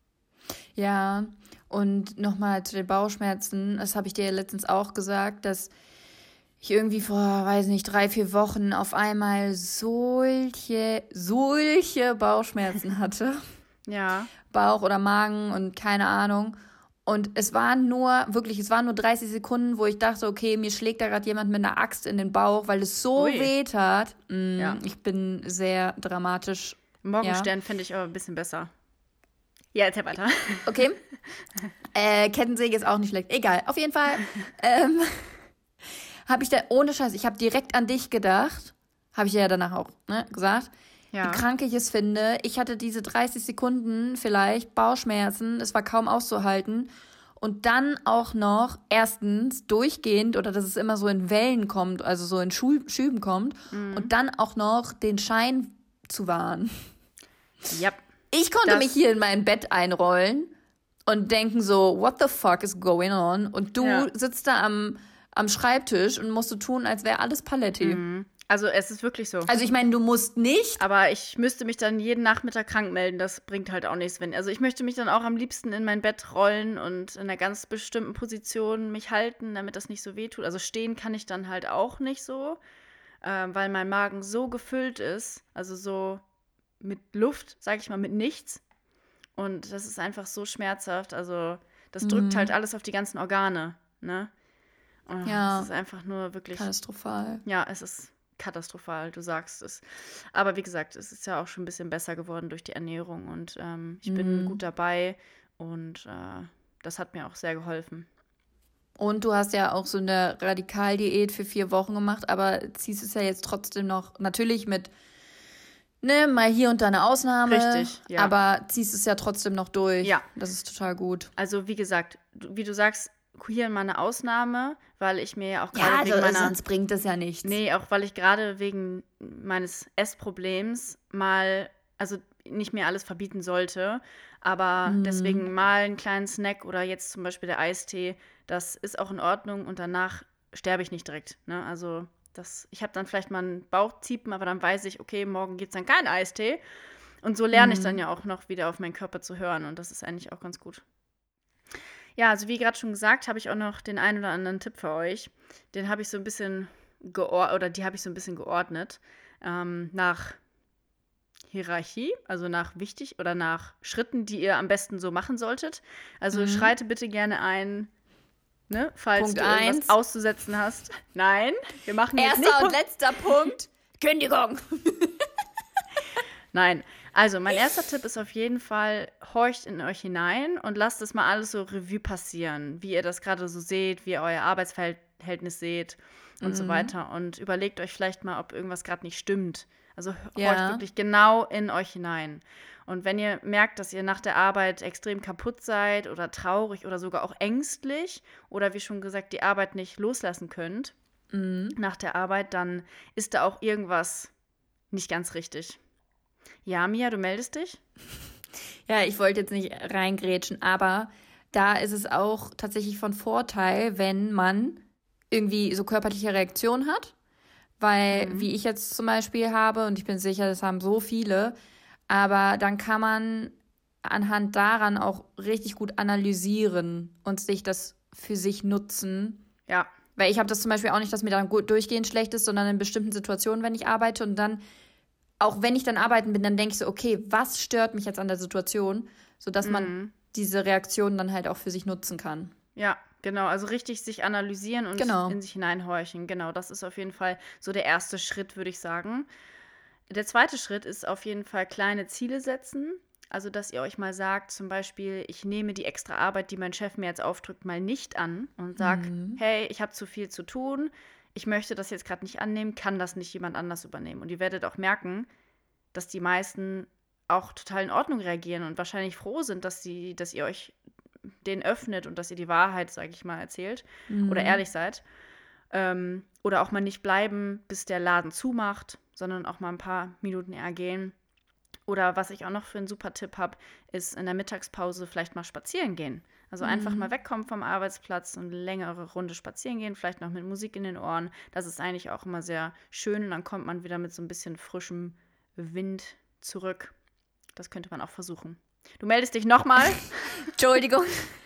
S1: Ja, und nochmal zu den Bauchschmerzen, das habe ich dir ja letztens auch gesagt, dass ich irgendwie vor, weiß nicht, 3-4 Wochen auf einmal solche Bauchschmerzen hatte.
S2: Ja.
S1: Bauch oder Magen und keine Ahnung. Und es waren nur 30 Sekunden, wo ich dachte, okay, mir schlägt da gerade jemand mit einer Axt in den Bauch, weil es so
S2: Ui.
S1: weh tat.
S2: Ja.
S1: Ich bin sehr dramatisch.
S2: Morgenstern finde ich aber ein bisschen besser. Ja, erzähl weiter.
S1: Okay. Kettensäge ist auch nicht schlecht. Egal, auf jeden Fall habe ich da, ohne Scheiß, ich habe direkt an dich gedacht. Habe ich ja danach auch gesagt.
S2: Ja.
S1: Wie krank ich es finde. Ich hatte diese 30 Sekunden vielleicht Bauchschmerzen. Es war kaum auszuhalten. Und dann auch noch erstens durchgehend oder dass es immer so in Wellen kommt, also so in Schüben kommt. Und dann auch noch den Schein zu wahren.
S2: Yep.
S1: Ich konnte mich hier in mein Bett einrollen und denken so, what the fuck is going on? Und du sitzt da am Schreibtisch und musst so tun, als wäre alles Paletti.
S2: Also es ist wirklich so.
S1: Also ich meine, du musst nicht.
S2: Aber ich müsste mich dann jeden Nachmittag krank melden. Das bringt halt auch nichts. Also ich möchte mich dann auch am liebsten in mein Bett rollen und in einer ganz bestimmten Position mich halten, damit das nicht so weh tut. Also stehen kann ich dann halt auch nicht so, weil mein Magen so gefüllt ist. Also so mit Luft, sag ich mal, mit nichts. Und das ist einfach so schmerzhaft. Also das drückt halt alles auf die ganzen Organe, ne? Und
S1: Ja.
S2: das ist einfach nur wirklich
S1: Katastrophal.
S2: Ja, es ist katastrophal, du sagst es. Aber wie gesagt, es ist ja auch schon ein bisschen besser geworden durch die Ernährung und ich bin gut dabei Und das hat mir auch sehr geholfen.
S1: Und du hast ja auch so eine Radikaldiät für 4 Wochen gemacht, aber ziehst es ja jetzt trotzdem noch, natürlich mit, ne, mal hier und da eine Ausnahme.
S2: Richtig, ja.
S1: Aber ziehst es ja trotzdem noch durch.
S2: Ja.
S1: Das ist total gut.
S2: Also wie gesagt, wie du sagst, hier mal eine Ausnahme, weil ich mir ja auch gerade wegen meiner...
S1: sonst bringt das ja nichts.
S2: Nee, auch weil ich gerade wegen meines Essproblems mal, also nicht mehr alles verbieten sollte, aber deswegen mal einen kleinen Snack oder jetzt zum Beispiel der Eistee, das ist auch in Ordnung und danach sterbe ich nicht direkt. Ne? Also ich habe dann vielleicht mal einen Bauchziepen, aber dann weiß ich, okay, morgen gibt es dann keinen Eistee. Und so lerne ich dann ja auch noch wieder auf meinen Körper zu hören und das ist eigentlich auch ganz gut. Ja, also wie gerade schon gesagt, habe ich auch noch den einen oder anderen Tipp für euch. Den habe ich so ein bisschen geordnet nach Hierarchie, also nach wichtig oder nach Schritten, die ihr am besten so machen solltet. Also schreite bitte gerne ein, ne, falls
S1: Punkt
S2: du irgendwas
S1: 1
S2: auszusetzen hast. Nein, wir machen jetzt nicht.
S1: Erster und letzter Punkt, Kündigung.
S2: Nein, also mein erster Tipp ist auf jeden Fall, horcht in euch hinein und lasst das mal alles so Revue passieren, wie ihr das gerade so seht, wie ihr euer Arbeitsverhältnis seht und so weiter. Und überlegt euch vielleicht mal, ob irgendwas gerade nicht stimmt. Also horcht wirklich genau in euch hinein. Und wenn ihr merkt, dass ihr nach der Arbeit extrem kaputt seid oder traurig oder sogar auch ängstlich oder wie schon gesagt, die Arbeit nicht loslassen könnt nach der Arbeit, dann ist da auch irgendwas nicht ganz richtig. Ja, Mia, du meldest dich?
S1: Ja, ich wollte jetzt nicht reingrätschen, aber da ist es auch tatsächlich von Vorteil, wenn man irgendwie so körperliche Reaktionen hat. Weil, wie ich jetzt zum Beispiel habe, und ich bin sicher, das haben so viele, aber dann kann man anhand daran auch richtig gut analysieren und sich das für sich nutzen.
S2: Ja.
S1: Weil ich habe das zum Beispiel auch nicht, dass mir dann durchgehend schlecht ist, sondern in bestimmten Situationen, wenn ich arbeite und dann, auch wenn ich dann arbeiten bin, dann denke ich so, okay, was stört mich jetzt an der Situation, sodass man diese Reaktionen dann halt auch für sich nutzen kann.
S2: Ja, genau. Also richtig sich analysieren und in sich hineinhorchen. Genau, das ist auf jeden Fall so der erste Schritt, würde ich sagen. Der zweite Schritt ist auf jeden Fall kleine Ziele setzen. Also, dass ihr euch mal sagt, zum Beispiel, ich nehme die extra Arbeit, die mein Chef mir jetzt aufdrückt, mal nicht an und sage, hey, ich habe zu viel zu tun, ich möchte das jetzt gerade nicht annehmen, kann das nicht jemand anders übernehmen. Und ihr werdet auch merken, dass die meisten auch total in Ordnung reagieren und wahrscheinlich froh sind, dass ihr euch den öffnet und dass ihr die Wahrheit, sage ich mal, erzählt oder ehrlich seid. Oder auch mal nicht bleiben, bis der Laden zumacht, sondern auch mal ein paar Minuten eher gehen. Oder was ich auch noch für einen super Tipp habe, ist in der Mittagspause vielleicht mal spazieren gehen. Also einfach mal wegkommen vom Arbeitsplatz und eine längere Runde spazieren gehen, vielleicht noch mit Musik in den Ohren. Das ist eigentlich auch immer sehr schön und dann kommt man wieder mit so ein bisschen frischem Wind zurück. Das könnte man auch versuchen. Du meldest dich nochmal.
S1: Entschuldigung.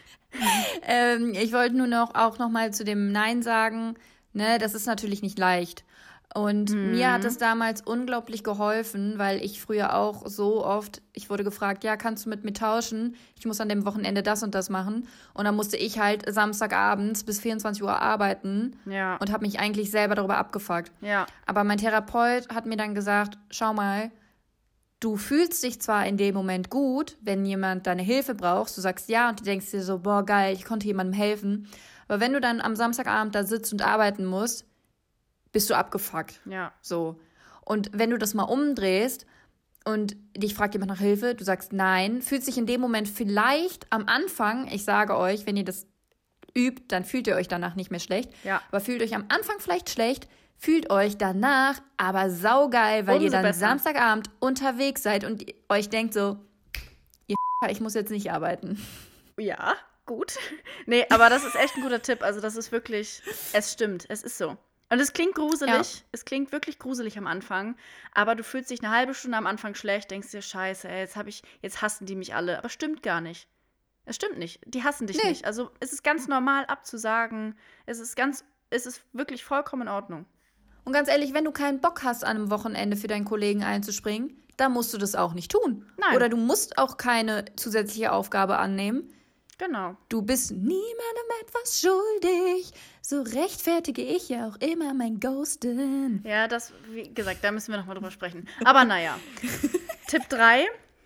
S1: Ich wollte nur noch mal zu dem Nein sagen. Ne, das ist natürlich nicht leicht. Und mir hat es damals unglaublich geholfen, weil ich früher auch so oft, ich wurde gefragt, ja, kannst du mit mir tauschen? Ich muss an dem Wochenende das und das machen. Und dann musste ich halt Samstagabends bis 24 Uhr arbeiten und habe mich eigentlich selber darüber abgefuckt.
S2: Ja.
S1: Aber mein Therapeut hat mir dann gesagt, schau mal, du fühlst dich zwar in dem Moment gut, wenn jemand deine Hilfe braucht, du sagst ja und du denkst dir so, boah, geil, ich konnte jemandem helfen. Aber wenn du dann am Samstagabend da sitzt und arbeiten musst, bist du abgefuckt.
S2: Ja.
S1: So. Und wenn du das mal umdrehst und dich fragt jemand nach Hilfe, du sagst nein, fühlt sich in dem Moment vielleicht am Anfang, ich sage euch, wenn ihr das übt, dann fühlt ihr euch danach nicht mehr schlecht.
S2: Ja.
S1: Aber fühlt euch am Anfang vielleicht schlecht, fühlt euch danach aber saugeil, weil ihr dann besser Samstagabend unterwegs seid und euch denkt so, ich muss jetzt nicht arbeiten.
S2: Ja, gut. Nee, aber das ist echt ein guter Tipp. Also das ist wirklich, es stimmt, es ist so. Und es klingt gruselig, es klingt wirklich gruselig am Anfang, aber du fühlst dich eine halbe Stunde am Anfang schlecht, denkst dir, scheiße, ey, jetzt hassen die mich alle. Aber stimmt gar nicht. Es stimmt nicht. Die hassen dich nicht. Also es ist ganz normal abzusagen. Es ist wirklich vollkommen in Ordnung.
S1: Und ganz ehrlich, wenn du keinen Bock hast, an einem Wochenende für deinen Kollegen einzuspringen, dann musst du das auch nicht tun.
S2: Nein.
S1: Oder du musst auch keine zusätzliche Aufgabe annehmen.
S2: Genau.
S1: Du bist niemandem etwas schuldig. So rechtfertige ich ja auch immer mein Ghosten.
S2: Ja, wie gesagt, da müssen wir nochmal drüber sprechen. Aber naja. Tipp 3.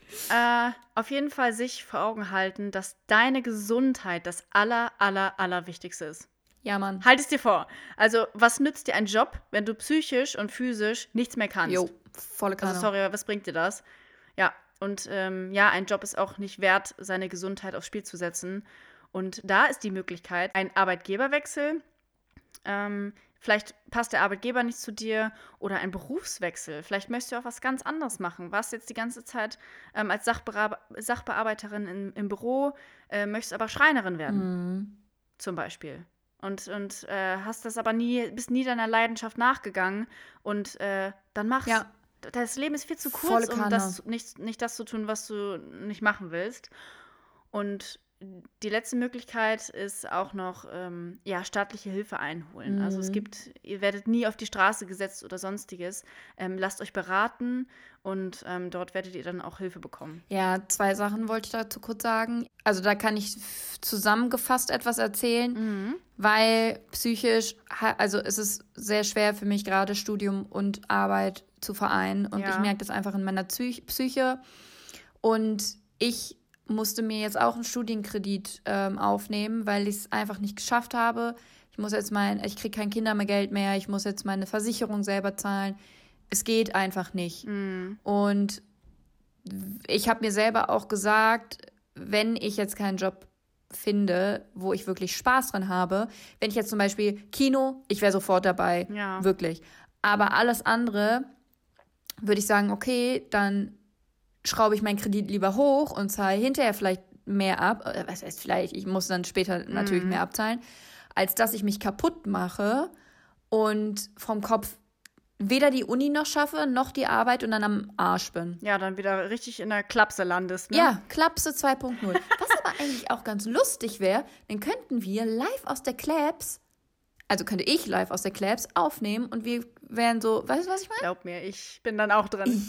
S2: Auf jeden Fall sich vor Augen halten, dass deine Gesundheit das Allerwichtigste ist.
S1: Ja, Mann.
S2: Halt es dir vor. Also, was nützt dir ein Job, wenn du psychisch und physisch nichts mehr kannst?
S1: Jo, volle Kanne.
S2: Also, sorry, aber was bringt dir das? Ja, und ein Job ist auch nicht wert, seine Gesundheit aufs Spiel zu setzen. Und da ist die Möglichkeit, ein Arbeitgeberwechsel. Vielleicht passt der Arbeitgeber nicht zu dir oder ein Berufswechsel. Vielleicht möchtest du auch was ganz anderes machen. Warst jetzt die ganze Zeit als Sachbearbeiterin im Büro, möchtest aber Schreinerin werden, zum Beispiel. Und hast das aber bist nie deiner Leidenschaft nachgegangen und dann machst.
S1: Ja.
S2: Das Leben ist viel zu
S1: Volle
S2: kurz, um
S1: Kanne.
S2: nicht das zu tun, was du nicht machen willst. Und die letzte Möglichkeit ist auch noch staatliche Hilfe einholen. Also ihr werdet nie auf die Straße gesetzt oder sonstiges. Lasst euch beraten und dort werdet ihr dann auch Hilfe bekommen.
S1: Ja, 2 Sachen wollte ich dazu kurz sagen. Also da kann ich zusammengefasst etwas erzählen, weil psychisch, also es ist sehr schwer für mich gerade Studium und Arbeit zu vereinen. Und ich merke das einfach in meiner Psyche. Und ich musste mir jetzt auch einen Studienkredit aufnehmen, weil ich es einfach nicht geschafft habe. Ich kriege kein Kindergeld mehr, ich muss jetzt meine Versicherung selber zahlen. Es geht einfach nicht. Und ich habe mir selber auch gesagt, wenn ich jetzt keinen Job finde, wo ich wirklich Spaß dran habe, wenn ich jetzt zum Beispiel Kino, ich wäre sofort dabei, wirklich. Aber alles andere würde ich sagen, okay, dann schraube ich meinen Kredit lieber hoch und zahle hinterher vielleicht mehr ab. Was heißt vielleicht, ich muss dann später natürlich mehr abzahlen, als dass ich mich kaputt mache und vom Kopf weder die Uni noch schaffe, noch die Arbeit und dann am Arsch bin.
S2: Ja, dann wieder richtig in der Klapse landest, ne?
S1: Ja, Klapse 2.0. Was aber eigentlich auch ganz lustig wäre, dann könnten wir live aus der Klapse, also könnte ich live aus der Klapse aufnehmen und wir wären so, weißt du, was ich meine?
S2: Glaub mir, ich bin dann auch drin.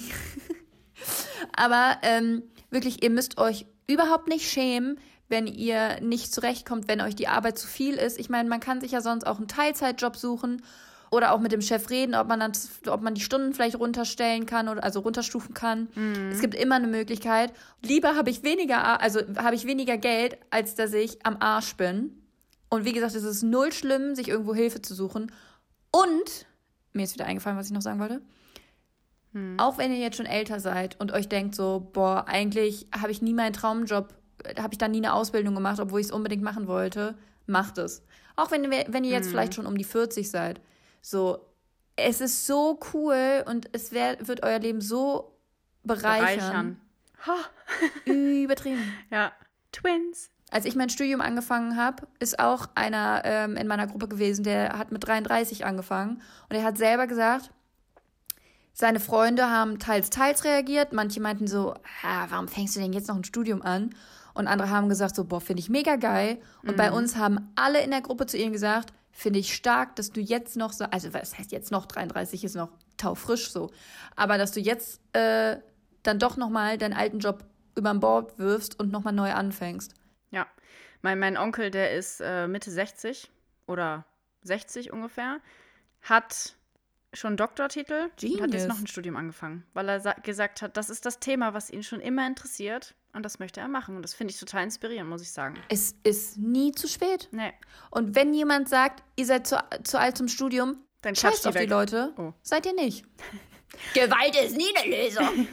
S1: Aber wirklich, ihr müsst euch überhaupt nicht schämen, wenn ihr nicht zurechtkommt, wenn euch die Arbeit zu viel ist. Ich meine, man kann sich ja sonst auch einen Teilzeitjob suchen oder auch mit dem Chef reden, ob man die Stunden vielleicht runterstellen kann oder also runterstufen kann. Es gibt immer eine Möglichkeit. Lieber habe ich weniger Geld, als dass ich am Arsch bin. Und wie gesagt, es ist null schlimm, sich irgendwo Hilfe zu suchen. Und mir ist wieder eingefallen, was ich noch sagen wollte. Auch wenn ihr jetzt schon älter seid und euch denkt so, boah, eigentlich habe ich nie meinen Traumjob, habe ich da nie eine Ausbildung gemacht, obwohl ich es unbedingt machen wollte, macht es. Auch wenn ihr jetzt vielleicht schon um die 40 seid. So, es ist so cool und es wird euer Leben so bereichern. Übertrieben.
S2: Ja, Twins.
S1: Als ich mein Studium angefangen habe, ist auch einer in meiner Gruppe gewesen, der hat mit 33 angefangen und er hat selber gesagt, seine Freunde haben teils reagiert. Manche meinten so, warum fängst du denn jetzt noch ein Studium an? Und andere haben gesagt so, boah, finde ich mega geil. Und bei uns haben alle in der Gruppe zu ihm gesagt, finde ich stark, dass du jetzt noch so, also was heißt jetzt noch, 33 ist noch taufrisch so, aber dass du jetzt dann doch nochmal deinen alten Job übern Bord wirfst und nochmal neu anfängst.
S2: Ja, mein Onkel, der ist Mitte 60 oder 60 ungefähr, hat schon Doktortitel und hat jetzt noch ein Studium angefangen, weil er gesagt hat, das ist das Thema, was ihn schon immer interessiert und das möchte er machen. Und das finde ich total inspirierend, muss ich sagen.
S1: Es ist nie zu spät.
S2: Nee.
S1: Und wenn jemand sagt, ihr seid zu alt zum Studium,
S2: dann
S1: scheißt auf die Leute. Oh. Seid ihr nicht. Gewalt ist nie eine Lösung.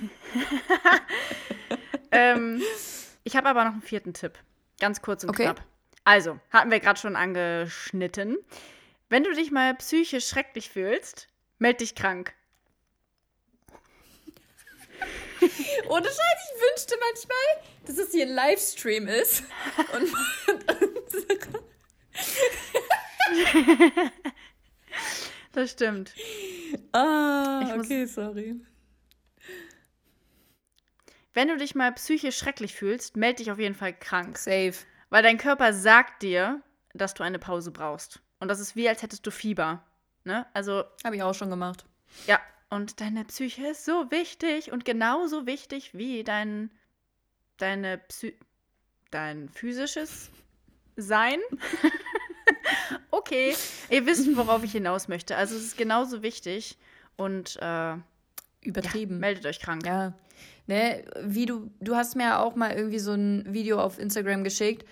S2: Ich habe aber noch einen 4. Tipp. Ganz kurz und knapp. Also, hatten wir gerade schon angeschnitten. Wenn du dich mal psychisch schrecklich fühlst, meld dich krank.
S1: Ohne Scheiß, ich wünschte manchmal, dass es hier ein Livestream ist.
S2: Das stimmt.
S1: Okay, sorry.
S2: Wenn du dich mal psychisch schrecklich fühlst, meld dich auf jeden Fall krank.
S1: Safe.
S2: Weil dein Körper sagt dir, dass du eine Pause brauchst. Und das ist wie, als hättest du Fieber. Ne? Also.
S1: Habe ich auch schon gemacht.
S2: Ja, und deine Psyche ist so wichtig und genauso wichtig wie dein physisches Sein. Okay, ihr wisst, worauf ich hinaus möchte. Also es ist genauso wichtig und
S1: übertrieben.
S2: Ja, meldet euch krank.
S1: Ja. Ne, wie du hast mir auch mal irgendwie so ein Video auf Instagram geschickt,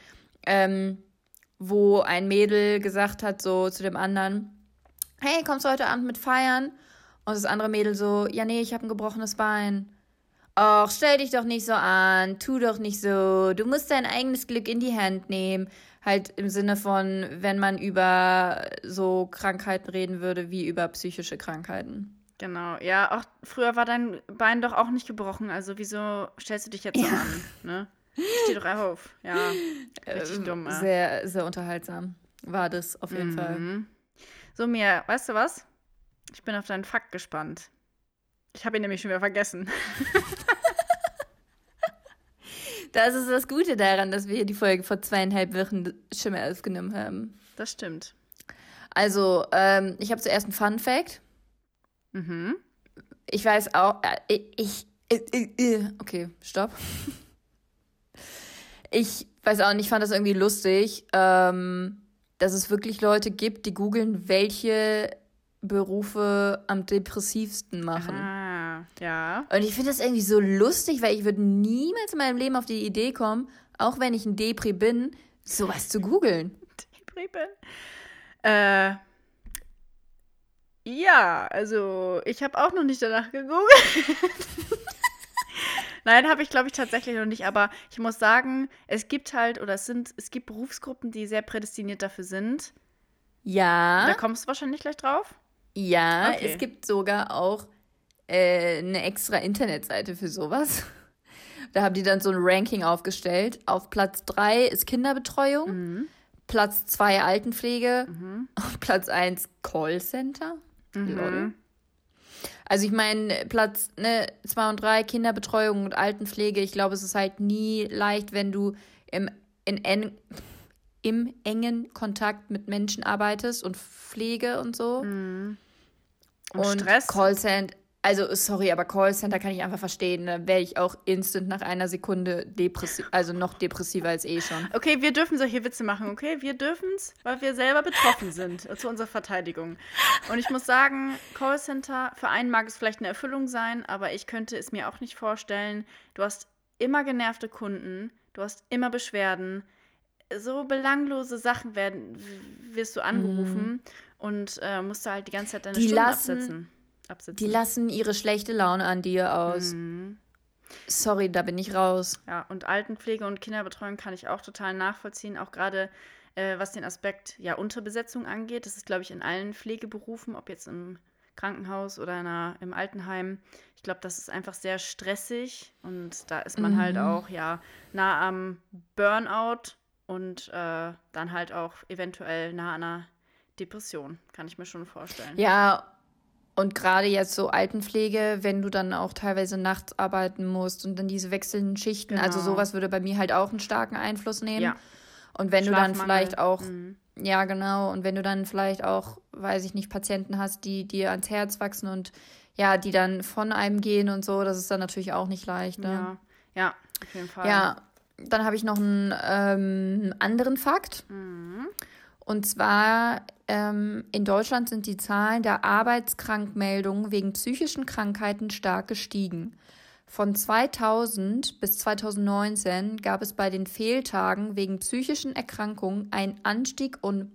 S1: wo ein Mädel gesagt hat so zu dem anderen, hey, kommst du heute Abend mit feiern? Und das andere Mädel so, ja, nee, ich habe ein gebrochenes Bein. Och, stell dich doch nicht so an, tu doch nicht so, du musst dein eigenes Glück in die Hand nehmen. Halt im Sinne von, wenn man über so Krankheiten reden würde, wie über psychische Krankheiten.
S2: Genau, ja, auch früher war dein Bein doch auch nicht gebrochen, also wieso stellst du dich jetzt so an, ne? Steh doch einfach auf, ja, richtig dumm, ja.
S1: Sehr, sehr unterhaltsam war das auf jeden Fall.
S2: So, Mia, weißt du was? Ich bin auf deinen Fakt gespannt. Ich habe ihn nämlich schon wieder vergessen.
S1: Das ist das Gute daran, dass wir die Folge vor 2,5 Wochen schon mal aufgenommen haben.
S2: Das stimmt.
S1: Also, ich habe zuerst einen Fun-Fact.
S2: Mhm.
S1: Ich weiß auch, okay, stopp. Ich weiß auch nicht, ich fand das irgendwie lustig, dass es wirklich Leute gibt, die googeln, welche Berufe am depressivsten machen.
S2: Ah, ja.
S1: Und ich finde das irgendwie so lustig, weil ich würde niemals in meinem Leben auf die Idee kommen, auch wenn ich ein Depri bin, sowas zu googeln.
S2: Depri bin? Ja, also ich habe auch noch nicht danach gegoogelt. Nein, habe ich, glaube ich, tatsächlich noch nicht. Aber ich muss sagen, es gibt halt, oder es gibt Berufsgruppen, die sehr prädestiniert dafür sind.
S1: Ja.
S2: Da kommst du wahrscheinlich gleich drauf.
S1: Ja,
S2: Okay.
S1: Es gibt sogar auch eine extra Internetseite für sowas. Da haben die dann so ein Ranking aufgestellt. Auf Platz 3 ist Kinderbetreuung, Platz 2 Altenpflege, auf Platz 1 Callcenter. Lol. Also ich meine, Platz 2 und 3 Kinderbetreuung und Altenpflege, ich glaube, es ist halt nie leicht, wenn du im engen Kontakt mit Menschen arbeitest und Pflege und so.
S2: Und Stress.
S1: Callcenter, also sorry, aber Callcenter kann ich einfach verstehen. Da wäre ich auch instant nach einer Sekunde depressiv, also noch depressiver als eh schon.
S2: Okay, wir dürfen solche Witze machen, okay? Wir dürfen es, weil wir selber betroffen sind, zu unserer Verteidigung. Und ich muss sagen, Callcenter, für einen mag es vielleicht eine Erfüllung sein, aber ich könnte es mir auch nicht vorstellen. Du hast immer genervte Kunden, du hast immer Beschwerden, so belanglose Sachen wirst du angerufen und musst da halt die ganze Zeit deine Stunden absitzen.
S1: Die lassen ihre schlechte Laune an dir aus. Sorry, da bin ich raus.
S2: Ja, und Altenpflege und Kinderbetreuung kann ich auch total nachvollziehen, auch gerade was den Aspekt Unterbesetzung angeht. Das ist, glaube ich, in allen Pflegeberufen, ob jetzt im Krankenhaus oder im Altenheim. Ich glaube, das ist einfach sehr stressig und da ist man halt auch nah am Burnout und dann halt auch eventuell nah an einer Depression, kann ich mir schon vorstellen.
S1: Ja, und gerade jetzt so Altenpflege, wenn du dann auch teilweise nachts arbeiten musst und dann diese wechselnden Schichten, also sowas würde bei mir halt auch einen starken Einfluss nehmen.
S2: Ja.
S1: Und wenn du dann vielleicht auch,
S2: Mhm.
S1: ja genau, und wenn du dann vielleicht auch, weiß ich nicht, Patienten hast, die dir ans Herz wachsen und ja, die dann von einem gehen und so, das ist dann natürlich auch nicht leicht. Ne?
S2: Ja, auf jeden Fall.
S1: Ja, dann habe ich noch einen anderen Fakt. Und zwar in Deutschland sind die Zahlen der Arbeitskrankmeldungen wegen psychischen Krankheiten stark gestiegen. Von 2000 bis 2019 gab es bei den Fehltagen wegen psychischen Erkrankungen einen Anstieg um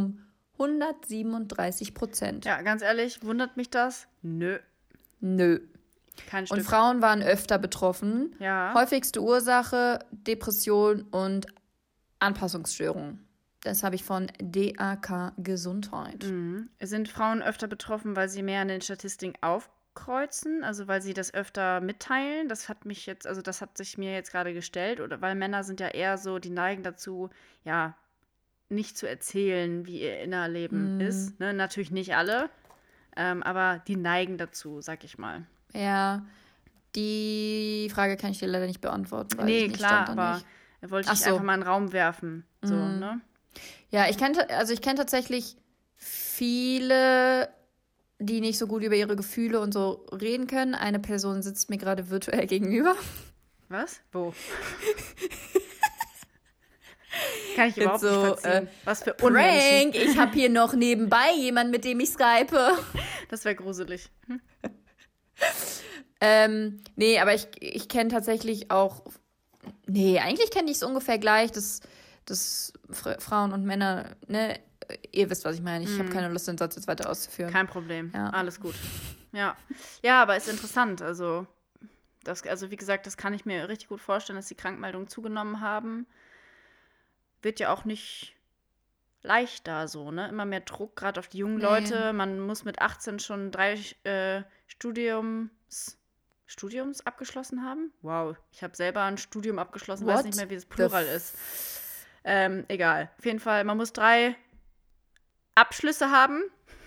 S1: 137%.
S2: Ja, ganz ehrlich, wundert mich das? Nö. Kein Stück.
S1: Und Frauen waren öfter betroffen.
S2: Ja.
S1: Häufigste Ursache Depression und Anpassungsstörungen. Das habe ich von DAK Gesundheit.
S2: Sind Frauen öfter betroffen, weil sie mehr in den Statistiken aufkreuzen, also weil sie das öfter mitteilen? Das hat sich mir jetzt gerade gestellt, oder weil Männer sind ja eher so, die neigen dazu, nicht zu erzählen, wie ihr Innerleben ist. Ne? Natürlich nicht alle, aber die neigen dazu, sag ich mal.
S1: Ja, die Frage kann ich dir leider nicht beantworten. Weil
S2: Nee,
S1: ich nicht
S2: klar,
S1: stand da
S2: aber
S1: nicht.
S2: wollte ich einfach mal in den Raum werfen. So, ne?
S1: Ja, ich kenne tatsächlich viele, die nicht so gut über ihre Gefühle und so reden können. Eine Person sitzt mir gerade virtuell gegenüber.
S2: Was? Wo? Kann ich überhaupt nicht verziehen. Was für Unmenschen.
S1: Prank! Ich habe hier noch nebenbei jemanden, mit dem ich skype.
S2: Das wäre gruselig.
S1: Nee, aber ich kenne tatsächlich auch, nee, eigentlich kenne ich es ungefähr gleich, dass Frauen und Männer, ne, ihr wisst, was ich meine. Ich habe keine Lust, den Satz jetzt weiter auszuführen.
S2: Kein Problem.
S1: Ja.
S2: Alles gut. Ja. Ja, aber ist interessant. Also wie gesagt, das kann ich mir richtig gut vorstellen, dass die Krankmeldungen zugenommen haben. Wird ja auch nicht leichter so, ne? Immer mehr Druck, gerade auf die jungen Leute. Man muss mit 18 schon 3 Studiums abgeschlossen haben. Wow, ich habe selber ein Studium abgeschlossen, weiß nicht mehr, wie das Plural ist. Egal. Auf jeden Fall, man muss 3 Abschlüsse haben,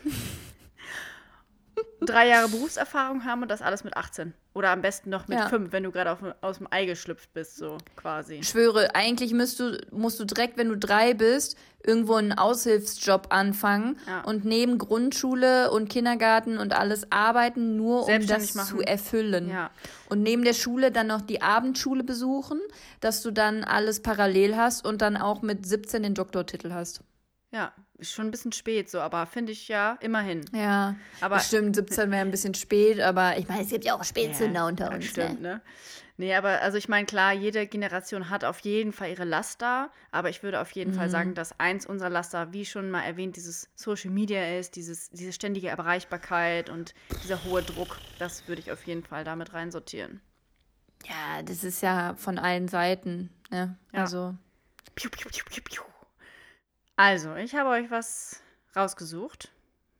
S2: 3 Jahre Berufserfahrung haben und das alles mit 18. Oder am besten noch mit 5, wenn du gerade aus dem Ei geschlüpft bist, so quasi.
S1: Ich schwöre, eigentlich musst du direkt, wenn du 3 bist, irgendwo einen Aushilfsjob anfangen und neben Grundschule und Kindergarten und alles arbeiten, nur um das zu erfüllen.
S2: Ja.
S1: Und neben der Schule dann noch die Abendschule besuchen, dass du dann alles parallel hast und dann auch mit 17 den Doktortitel hast.
S2: Ja, ist schon ein bisschen spät so, aber finde ich ja immerhin.
S1: Ja, aber stimmt, 17 wäre ein bisschen spät, aber ich meine, es gibt ja auch Spätzünder unter uns.
S2: Stimmt, ne? Nee, aber also ich meine, klar, jede Generation hat auf jeden Fall ihre Laster, aber ich würde auf jeden Fall sagen, dass eins unserer Laster, wie schon mal erwähnt, dieses Social Media ist, diese ständige Erreichbarkeit und dieser hohe Druck, das würde ich auf jeden Fall damit reinsortieren.
S1: Ja, das ist ja von allen Seiten, ne? Ja. Also.
S2: Piu, piu, piu, piu, piu. Also, ich habe euch was rausgesucht.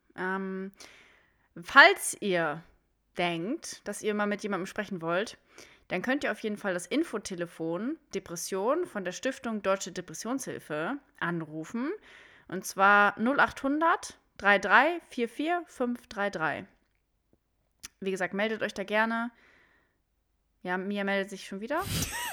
S2: Falls ihr denkt, dass ihr mal mit jemandem sprechen wollt, dann könnt ihr auf jeden Fall das Infotelefon Depression von der Stiftung Deutsche Depressionshilfe anrufen. Und zwar 0800 33 44 533. Wie gesagt, meldet euch da gerne. Ja, Mia meldet sich schon wieder.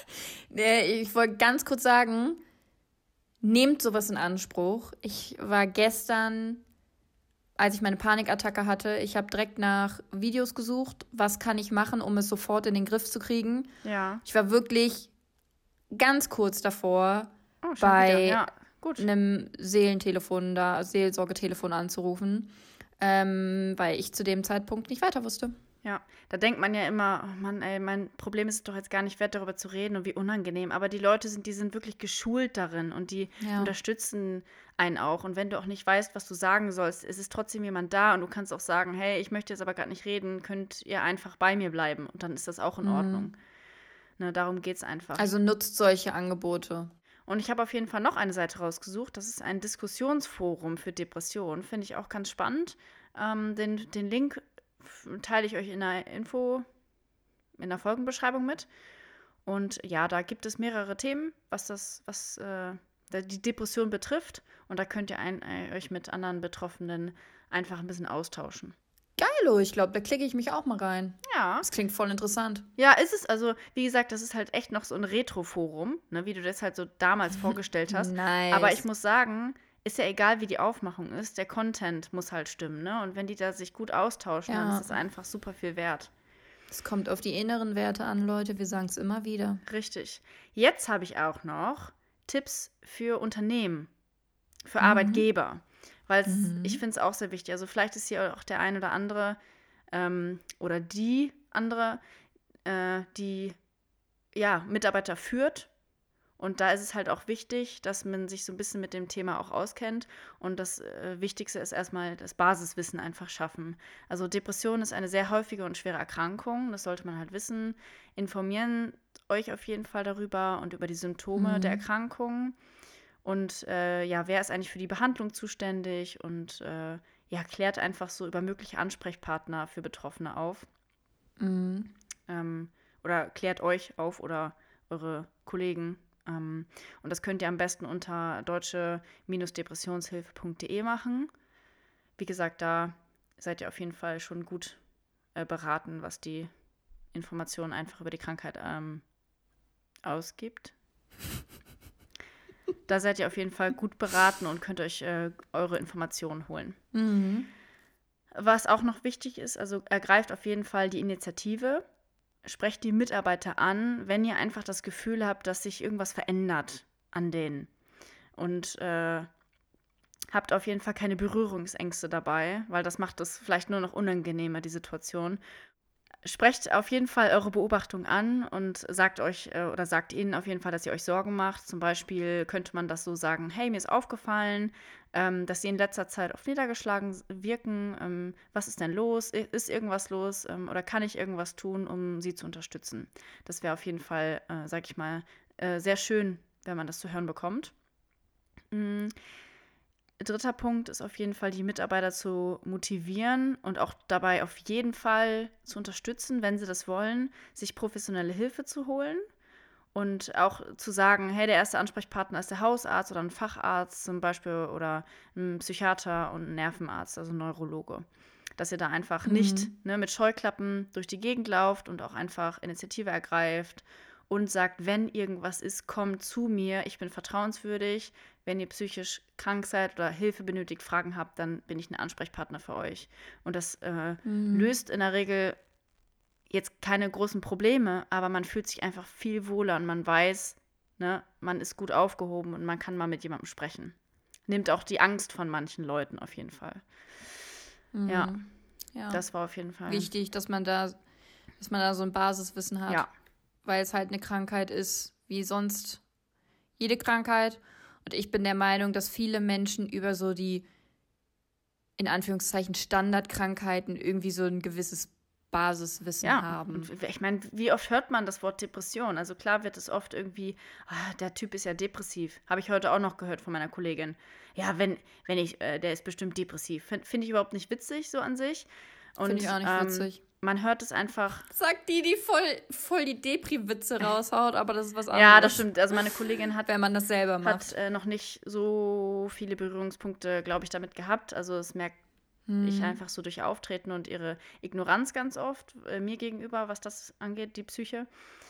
S1: Nee, ich wollte ganz kurz sagen, nehmt sowas in Anspruch. Ich war gestern, als ich meine Panikattacke hatte, ich habe direkt nach Videos gesucht, was kann ich machen, um es sofort in den Griff zu kriegen.
S2: Ja.
S1: Ich war wirklich ganz kurz davor, bei einem Seelsorgetelefon anzurufen, weil ich zu dem Zeitpunkt nicht weiter wusste.
S2: Ja, da denkt man ja immer, oh Mann, ey, mein Problem ist es doch jetzt gar nicht wert, darüber zu reden und wie unangenehm. Aber die Leute die sind wirklich geschult darin und die unterstützen einen auch. Und wenn du auch nicht weißt, was du sagen sollst, ist es trotzdem jemand da und du kannst auch sagen, hey, ich möchte jetzt aber gerade nicht reden, könnt ihr einfach bei mir bleiben und dann ist das auch in Ordnung. Ne, darum geht es einfach.
S1: Also nutzt solche Angebote.
S2: Und ich habe auf jeden Fall noch eine Seite rausgesucht. Das ist ein Diskussionsforum für Depressionen. Finde ich auch ganz spannend. Den Link teile ich euch in der Folgenbeschreibung mit. Und ja, da gibt es mehrere Themen, was die Depression betrifft. Und da könnt ihr euch mit anderen Betroffenen einfach ein bisschen austauschen.
S1: Geilo, ich glaube, da klicke ich mich auch mal rein.
S2: Ja.
S1: Das klingt voll interessant.
S2: Ja, ist es. Also, wie gesagt, das ist halt echt noch so ein Retro-Forum, ne, wie du das halt so damals vorgestellt hast.
S1: Nice.
S2: Aber ich muss sagen, ist ja egal, wie die Aufmachung ist, der Content muss halt stimmen, ne? Und wenn die da sich gut austauschen, dann ist das einfach super viel wert.
S1: Es kommt auf die inneren Werte an, Leute. Wir sagen es immer wieder.
S2: Richtig. Jetzt habe ich auch noch Tipps für Unternehmen, für Arbeitgeber. Weil ich finde es auch sehr wichtig. Also vielleicht ist hier auch der ein oder andere oder die andere, die Mitarbeiter führt. Und da ist es halt auch wichtig, dass man sich so ein bisschen mit dem Thema auch auskennt. Und das Wichtigste ist erstmal das Basiswissen einfach schaffen. Also Depression ist eine sehr häufige und schwere Erkrankung. Das sollte man halt wissen. Informieren euch auf jeden Fall darüber und über die Symptome der Erkrankung. Und wer ist eigentlich für die Behandlung zuständig? Und klärt einfach so über mögliche Ansprechpartner für Betroffene auf. Oder klärt euch auf oder eure Kollegen. Und das könnt ihr am besten unter deutsche-depressionshilfe.de machen. Wie gesagt, da seid ihr auf jeden Fall schon gut beraten, was die Informationen einfach über die Krankheit ausgibt. Da seid ihr auf jeden Fall gut beraten und könnt euch eure Informationen holen. Was auch noch wichtig ist, also ergreift auf jeden Fall die Initiative. Sprecht die Mitarbeiter an, wenn ihr einfach das Gefühl habt, dass sich irgendwas verändert an denen. Und habt auf jeden Fall keine Berührungsängste dabei, weil das macht es vielleicht nur noch unangenehmer, die Situation. Sprecht auf jeden Fall eure Beobachtung an und sagt euch oder sagt ihnen auf jeden Fall, dass ihr euch Sorgen macht. Zum Beispiel könnte man das so sagen: Hey, mir ist aufgefallen, dass sie in letzter Zeit oft niedergeschlagen wirken. Was ist denn los? Ist irgendwas los? Oder kann ich irgendwas tun, um sie zu unterstützen? Das wäre auf jeden Fall, sag ich mal, sehr schön, wenn man das zu hören bekommt. Dritter Punkt ist auf jeden Fall, die Mitarbeiter zu motivieren und auch dabei auf jeden Fall zu unterstützen, wenn sie das wollen, sich professionelle Hilfe zu holen und auch zu sagen, hey, der erste Ansprechpartner ist der Hausarzt oder ein Facharzt zum Beispiel oder ein Psychiater und ein Nervenarzt, also ein Neurologe. Dass ihr da einfach nicht mit Scheuklappen durch die Gegend lauft und auch einfach Initiative ergreift und sagt, wenn irgendwas ist, kommt zu mir, ich bin vertrauenswürdig. Wenn ihr psychisch krank seid oder Hilfe benötigt, Fragen habt, dann bin ich ein Ansprechpartner für euch. Und das löst in der Regel jetzt keine großen Probleme, aber man fühlt sich einfach viel wohler und man weiß, ne, man ist gut aufgehoben und man kann mal mit jemandem sprechen. Nimmt auch die Angst von manchen Leuten auf jeden Fall. Ja, das war auf jeden Fall
S1: wichtig, dass man da so ein Basiswissen hat.
S2: Ja.
S1: Weil es halt eine Krankheit ist, wie sonst jede Krankheit. Und ich bin der Meinung, dass viele Menschen über so die, in Anführungszeichen, Standardkrankheiten irgendwie so ein gewisses Basiswissen haben.
S2: Und ich meine, wie oft hört man das Wort Depression? Also klar wird es oft irgendwie, der Typ ist ja depressiv. Habe ich heute auch noch gehört von meiner Kollegin. Ja, der ist bestimmt depressiv. Finde ich überhaupt nicht witzig so an sich.
S1: Finde ich auch nicht witzig.
S2: Man hört es einfach.
S1: Sagt die voll die Depri-Witze raushaut, aber das ist was anderes.
S2: Ja, das stimmt. Also meine Kollegin hat,
S1: wenn man das selber macht,
S2: hat noch nicht so viele Berührungspunkte, glaube ich, damit gehabt. Also das merke ich einfach so durch Auftreten und ihre Ignoranz ganz oft mir gegenüber, was das angeht, die Psyche.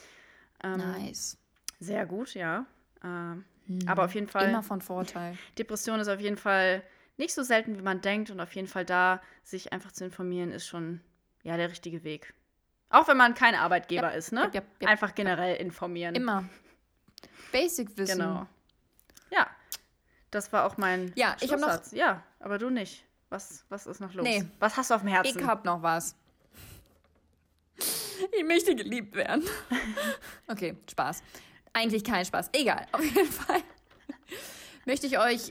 S1: Nice.
S2: Sehr gut, ja. Aber auf jeden Fall.
S1: Immer von Vorteil.
S2: Depression ist auf jeden Fall nicht so selten, wie man denkt. Und auf jeden Fall da, sich einfach zu informieren, ist schon der richtige Weg. Auch wenn man kein Arbeitgeber ist, ne?
S1: Yep.
S2: Einfach generell informieren.
S1: Immer. Basic-Wissen.
S2: Genau. Ja, das war auch mein Schlusssatz. Ja, aber du nicht. Was ist noch los? Nee. Was hast du auf dem Herzen?
S1: Ich hab noch was. Ich möchte geliebt werden. Okay, Spaß. Eigentlich kein Spaß. Egal, auf jeden Fall. Möchte ich euch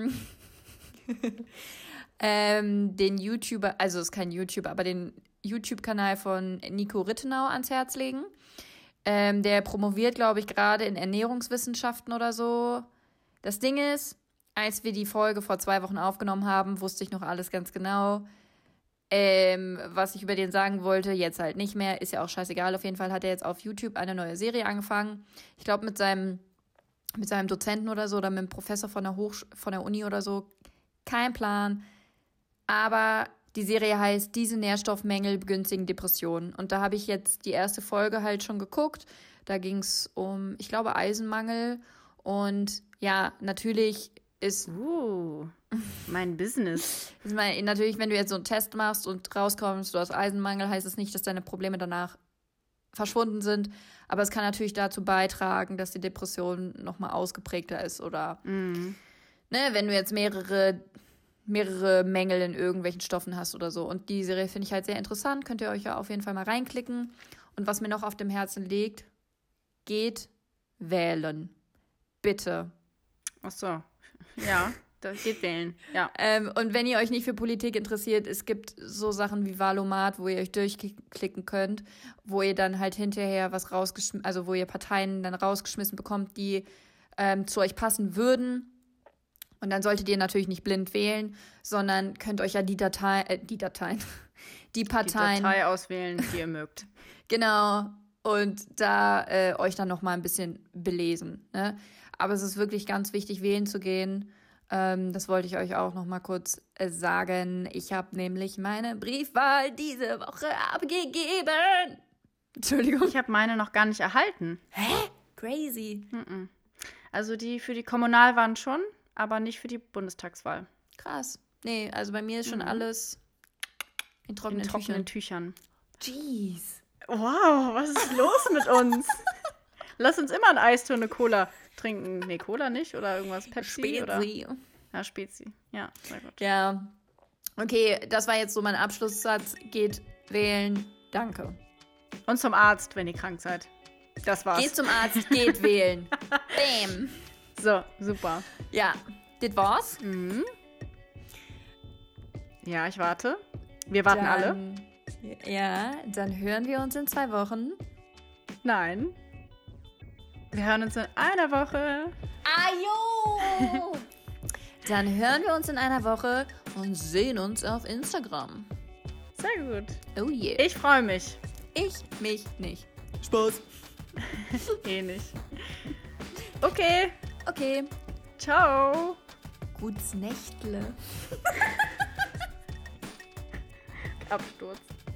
S1: den YouTuber, also ist kein YouTuber, aber den YouTube-Kanal von Nico Rittenau ans Herz legen. Der promoviert, glaube ich, gerade in Ernährungswissenschaften oder so. Das Ding ist, als wir die Folge vor 2 Wochen aufgenommen haben, wusste ich noch alles ganz genau. Was ich über den sagen wollte, jetzt halt nicht mehr. Ist ja auch scheißegal. Auf jeden Fall hat er jetzt auf YouTube eine neue Serie angefangen. Ich glaube, mit seinem Dozenten oder so oder mit einem Professor von der Uni oder so. Kein Plan. Aber die Serie heißt Diese Nährstoffmängel begünstigen Depressionen. Und da habe ich jetzt die erste Folge halt schon geguckt. Da ging es um, ich glaube, Eisenmangel. Und ja, natürlich ist
S2: mein Business.
S1: Natürlich, wenn du jetzt so einen Test machst und rauskommst, du hast Eisenmangel, heißt es nicht, dass deine Probleme danach verschwunden sind. Aber es kann natürlich dazu beitragen, dass die Depression nochmal ausgeprägter ist. Oder wenn du jetzt mehrere Mängel in irgendwelchen Stoffen hast oder so. Und die Serie finde ich halt sehr interessant. Könnt ihr euch ja auf jeden Fall mal reinklicken. Und was mir noch auf dem Herzen liegt, geht wählen. Bitte.
S2: Ach so. Ja, das geht wählen. Ja.
S1: Und wenn ihr euch nicht für Politik interessiert, es gibt so Sachen wie Wahlomat, wo ihr euch durchklicken könnt, wo ihr dann halt hinterher wo ihr Parteien dann rausgeschmissen bekommt, die zu euch passen würden. Und dann solltet ihr natürlich nicht blind wählen, sondern könnt euch ja die Partei
S2: auswählen, die ihr mögt.
S1: Genau. Und da euch dann noch mal ein bisschen belesen. Ne? Aber es ist wirklich ganz wichtig, wählen zu gehen. Das wollte ich euch auch noch mal kurz sagen. Ich habe nämlich meine Briefwahl diese Woche abgegeben. Entschuldigung.
S2: Ich habe meine noch gar nicht erhalten.
S1: Hä? Crazy.
S2: Also die für die Kommunalwahlen schon, aber nicht für die Bundestagswahl.
S1: Krass. Nee, also bei mir ist schon alles in trockenen Tüchern. Jeez.
S2: Wow, was ist los mit uns? Lass uns immer ein Eistee und eine Cola trinken. Nee, Cola nicht oder irgendwas Pepsi
S1: Spezi.
S2: Oder? Ja, Spezi. Ja, sehr gut.
S1: Ja. Okay, das war jetzt so mein Abschlusssatz. Geht wählen. Danke.
S2: Und zum Arzt, wenn ihr krank seid. Das war's.
S1: Geht zum Arzt, geht wählen. Bam.
S2: So, super.
S1: Ja, das war's.
S2: Mhm. Ja, ich warte. Wir warten alle.
S1: Ja, dann hören wir uns in 2 Wochen.
S2: Nein. Wir hören uns in einer Woche.
S1: Ajo! Dann hören wir uns in einer Woche und sehen uns auf Instagram.
S2: Sehr gut.
S1: Oh yeah.
S2: Ich freue mich.
S1: Ich mich nicht. Spaß.
S2: Nicht. Okay.
S1: Okay.
S2: Ciao.
S1: Gutes Nächtle.
S2: Absturz.